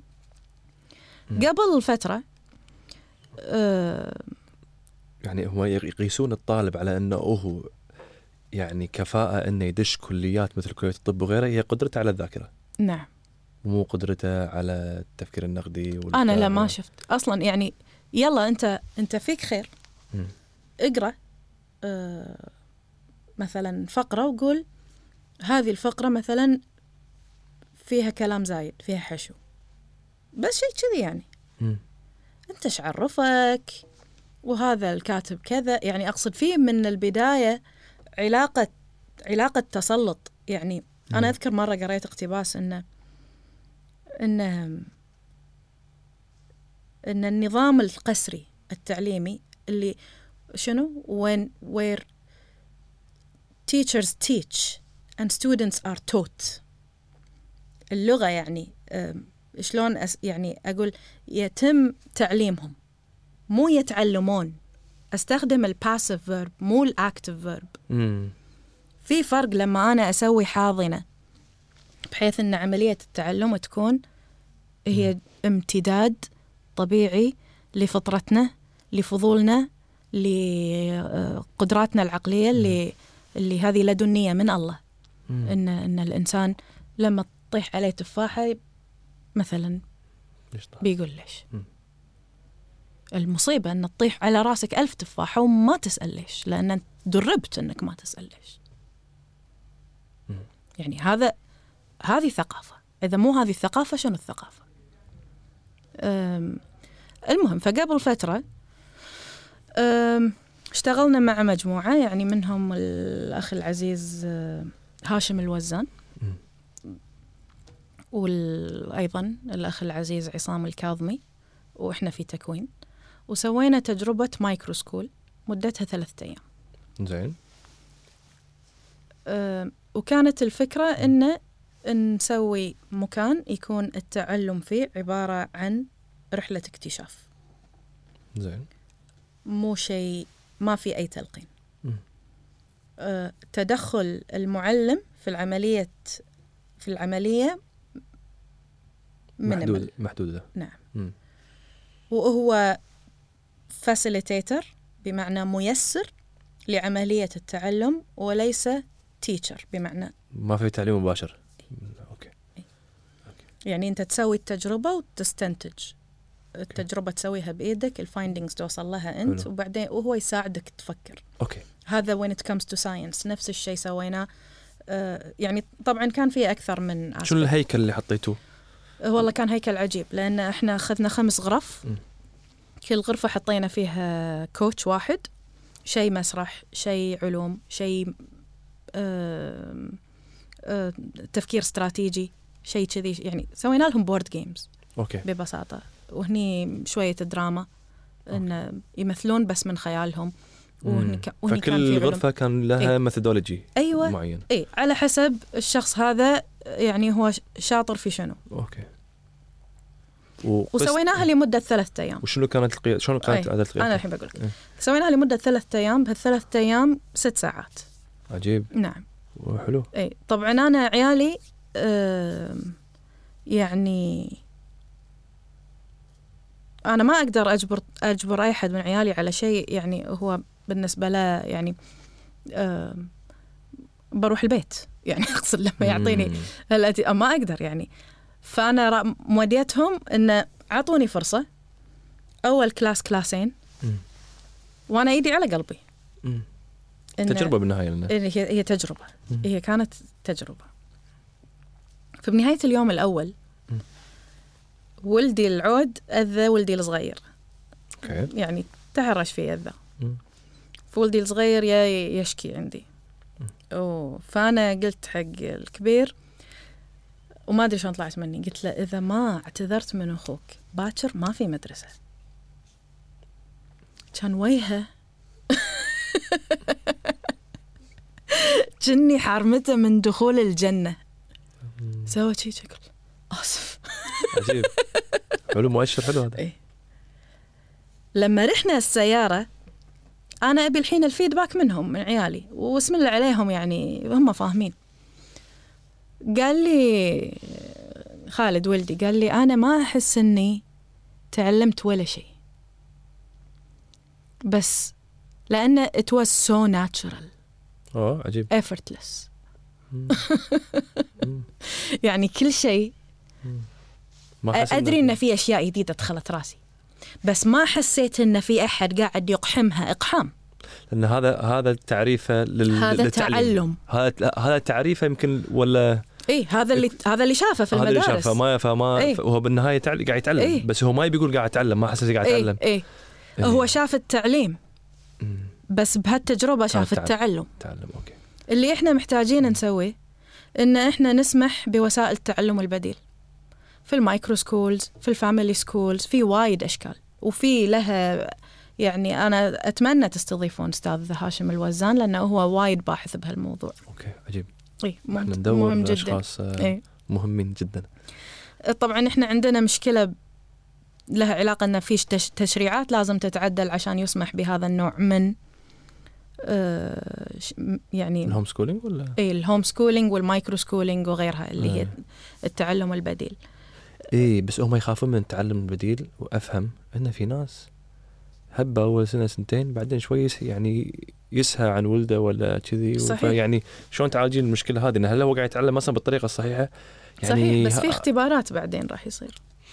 قبل فترة آه... يعني هو يقيسون الطالب على أنه هو يعني كفاءة إنه يدش كليات مثل كلية الطب وغيرها، هي قدرته على الذاكرة. نعم. مو قدرته على التفكير النقدي. أنا لا ما شفت أصلا يعني. يلا أنت أنت فيك خير. م. اقرأ آه مثلا فقرة وقول هذه الفقرة مثلا فيها كلام زايد، فيها حشو، بس شيء كذي يعني. م. أنت ايش عرفك وهذا الكاتب كذا؟ يعني أقصد فيه من البداية علاقة علاقة تسلط يعني. م. أنا أذكر مرة قريت اقتباس إنه إن إن النظام القسري التعليمي اللي شنو when where teachers teach and students are taught. اللغة يعني شلون يعني أقول يتم تعليمهم، مو يتعلمون. أستخدم ال passive verb مو ال active verb. م. في فرق لما أنا أسوي حاضنة بحيث أن عملية التعلم تكون هي امتداد طبيعي لفطرتنا، لفضولنا، لقدراتنا العقلية اللي اللي هذه لدنية من الله. إن إن الإنسان لما تطيح عليه تفاحة مثلا بيقول ليش. المصيبة أن تطيح على راسك ألف تفاحة وما تسأل ليش، لأن دربت أنك ما تسأل ليش. يعني هذا هذه ثقافة. إذا مو هذه الثقافة شنو الثقافة؟ المهم، فقبل فترة اشتغلنا مع مجموعة، يعني منهم الأخ العزيز هاشم الوزان، وأيضا الأخ العزيز عصام الكاظمي، وإحنا في تكوين، وسوينا تجربة مايكرو سكول مدتها ثلاثة أيام. زين. أه وكانت الفكرة إن نسوي مكان يكون التعلم فيه عبارة عن رحلة اكتشاف. زين. مو شيء، ما في أي تلقين. أه تدخل المعلم في العملية في العملية محدود محدود. نعم. م. وهو فاسيليتيتر، بمعنى ميسر لعملية التعلم، وليس تيتشر بمعنى ما في تعليم مباشر. أوكي. أوكي. يعني أنت تسوي التجربة وتستنتج التجربة، تسويها بإيدك، الفايندينجز توصل لها أنت، حلو. وبعدين وهو يساعدك تفكر. أوكي. هذا when it comes to science. نفس الشيء سويناه. آه يعني طبعا كان في أكثر من أسباب. شو الهيكل اللي حطيتوه؟ والله كان هيكل عجيب، لأن إحنا أخذنا خمس غرف. م. كل غرفة حطينا فيها كوتش واحد، شيء مسرح، شيء علوم، شيء آه آه تفكير استراتيجي، شيء كذي. يعني سوينا لهم بورد جيمز. أوكي. ببساطة. وهني شوية دراما، إن يمثلون بس من خيالهم. وهني ك... وهني فكل كان في غرفة علم. كان لها ميثودولوجي. أيوة. معين. إيه، على حسب الشخص هذا يعني هو شاطر في شنو. أوكي. وسويناها لمدة ثلاثة أيام. وشنو كانت القيادة؟ شنو كانت عدد القيادة؟ أنا الحين بقولك. أيه. سويناها لمدة ثلاثة أيام. بهالثلاثة أيام ست ساعات. عجيب. نعم. وحلو. إيه، طبعا أنا عيالي آه يعني أنا ما أقدر أجبر أجبر أي أحد من عيالي على شيء يعني هو بالنسبة له يعني آه بروح البيت يعني أقصد لما يعطيني هالأتي ما أقدر يعني. فأنا موديتهم إن عطوني فرصة، أول كلاس كلاسين، مم. وأنا إيدي على قلبي. تجربة بالنهاية لنا. هي هي تجربة. مم. هي كانت تجربة. فبنهاية اليوم الأول مم. ولدي العود أذى ولدي الصغير. أوكي. يعني تهرش في أذى. فولدي الصغير يشكي عندي. أوه. فأنا قلت حق الكبير، وما أدري شلون طلعت مني، قلت له إذا ما اعتذرت من أخوك باكر ما في مدرسة. كان ويها جني حرمته من دخول الجنة. سوى شيء شكل آسف. عجيب. حلو، مؤشر حلو هذا. إيه. لما رحنا السيارة أنا أبي الحين الفيدباك منهم من عيالي، واسم الله عليهم يعني هم فاهمين. قال لي خالد ولدي، قال لي أنا ما أحس أني تعلمت ولا شيء، بس لأنه it was so natural. أوه عجيب. effortless. يعني كل شيء أدري إن في أشياء جديدة دخلت راسي، بس ما حسيت إن في أحد قاعد يقحمها إقحام. لأن هذا هذا التعريفه لل... هذا تعلم. هذا هذا تعريفه يمكن ولا إيه هذا اللي هذا اللي شافه في هذا المدارس. اللي شافه ما فما إيه؟ وهو بالنهاية تعل... قاعد يتعلم. إيه؟ بس هو ما يقول قاعد يتعلم، ما حسس قاعد يتعلم. إيه؟ إيه؟ إيه؟ هو شاف التعليم بس بهالتجربة شاف التعلم. تعلم. أوكي. اللي إحنا محتاجين نسويه إن إحنا نسمح بوسائل التعلم البديل في المايكرو سكولز، في الفاميلي سكولز، في وايد أشكال، وفي لها يعني أنا أتمنى تستضيفون أستاذ هاشم الوزان لأنه هو وايد باحث بهالموضوع. أوكي عجيب. إيه إحنا ندور أشخاص إيه؟ مهمين جدا. طبعا إحنا عندنا مشكلة لها علاقة إن فيش تشريعات لازم تتعدل عشان يسمح بهذا النوع من آه يعني الهوم سكولينج ولا إيه الهوم سكولينج والمايكرو سكولينج وغيرها اللي آه. هي التعلم البديل. إيه بس هم يخافون من التعلم البديل، وأفهم إن في ناس هبة أول سنة سنتين بعدين شوي يعني يسهى عن ولده ولا كذي. يعني شلون تعالجين المشكلة هذه؟ هل هو قاعد يتعلم مثلا بالطريقة الصحيحة؟ يعني صحيح، بس في اختبارات بعدين راح يصير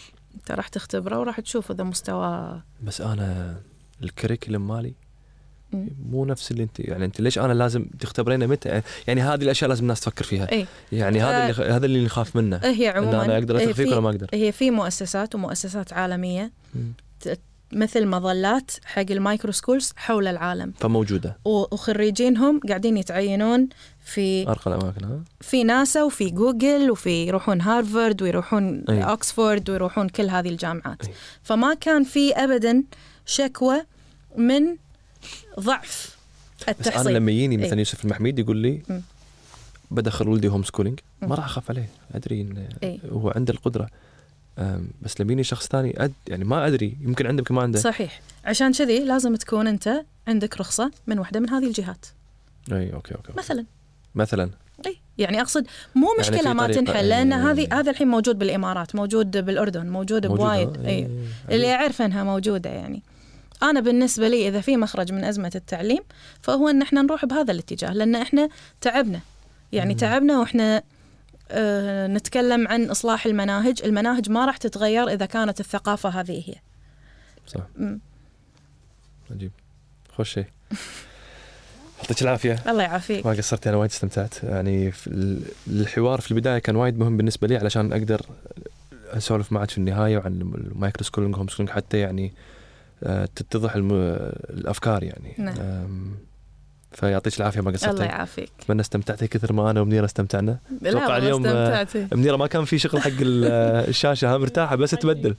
انت راح تختبره وراح تشوف اذا مستوى. بس انا الكريكولم مالي مم. مو نفس اللي انت يعني انت ليش انا لازم تختبرينه متى يعني هذه الاشياء لازم الناس تفكر فيها. اي يعني هذا آه اللي هذا اللي نخاف منه. هي ان عموما انا اقدر اثق فيك ولا ما اقدر. هي في مؤسسات ومؤسسات عالميه مم. مثل مظلات حق المايكرو سكولز حول العالم فموجوده وخريجينهم قاعدين يتعينون في ارقى الاماكن. ها في ناسا وفي جوجل وفي يروحون هارفارد ويروحون أي. اوكسفورد ويروحون كل هذه الجامعات. أي. فما كان في ابدا شكوى من ضعف بس التحصيل. انا لما يجيني أي. مثلا يوسف المحميدي يقول لي م. بدخل ولدي هوم سكولينج م. ما راح اخاف عليه ادري انه أي. هو عنده القدره. أم، بس لما يجيني شخص ثاني أد يعني ما ادري يمكن عنده يمكن ما عنده. صحيح عشان كذي لازم تكون انت عندك رخصه من واحده من هذه الجهات. اي اوكي اوكي مثلا مثلا اي يعني اقصد مو يعني مشكله في ما طريقة- تنحل لان أي. هذه هذا الحين موجود بالامارات موجود بالاردن موجود موجودة، بوايد. أي. اي اللي اعرف انها موجوده. يعني انا بالنسبه لي اذا في مخرج من ازمه التعليم فهو ان احنا نروح بهذا الاتجاه لان احنا تعبنا يعني مم. تعبنا واحنا آه نتكلم عن اصلاح المناهج. المناهج ما راح تتغير اذا كانت الثقافه هذه هي. صح. م. عجيب. خوش شيء. يعطيك العافيه. الله يعافيك. ما قصرت انا وايد استمتعت يعني في ال- الحوار في البدايه كان وايد مهم بالنسبه لي علشان اقدر اسولف معك في النهايه وعن المايكرو سكولينج هوم سكولينج حتى يعني آه، تتضح الم... الافكار يعني. نعم. آم، فيعطيك العافيه ما الله قصرتي. يعافيك. اتمنى استمتعتي كثر ما انا ومنيره استمتعنا. لا أتوقع والله اليوم، آه، استمتعتي. منيره ما كان في شغل حق ال- آه، الشاشه ها مرتاحه بس تبدل.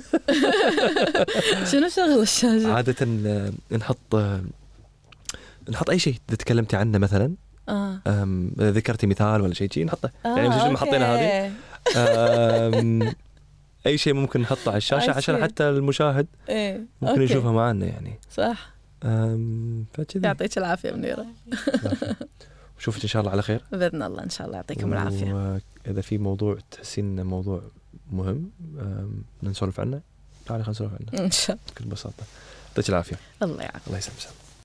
شنو شغل الشاشه؟ عاده آه، نحط آه، نحط اي شيء اذا تكلمتي عنه مثلا اه آم، إذا ذكرتي مثال ولا شيء شيء نحطه آه، يعني مثل ما أوكي. حطينا هذه. آم، اي شيء ممكن نحطه على الشاشه I عشان see. حتى المشاهد ايه ممكن أوكي. يشوفها معنا يعني. صح. آم، فكذا يعطيك العافيه منيره. وشوفك ان شاء الله على خير باذن الله ان شاء الله يعطيكم العافيه. واذا في موضوع تحسين انه موضوع مهم آم، نسولف عنه تعالي خلينا نسولف عنه ان شاء بكل بساطه. يعطيك العافيه. الله. الله يعافيك. الله يسلمك.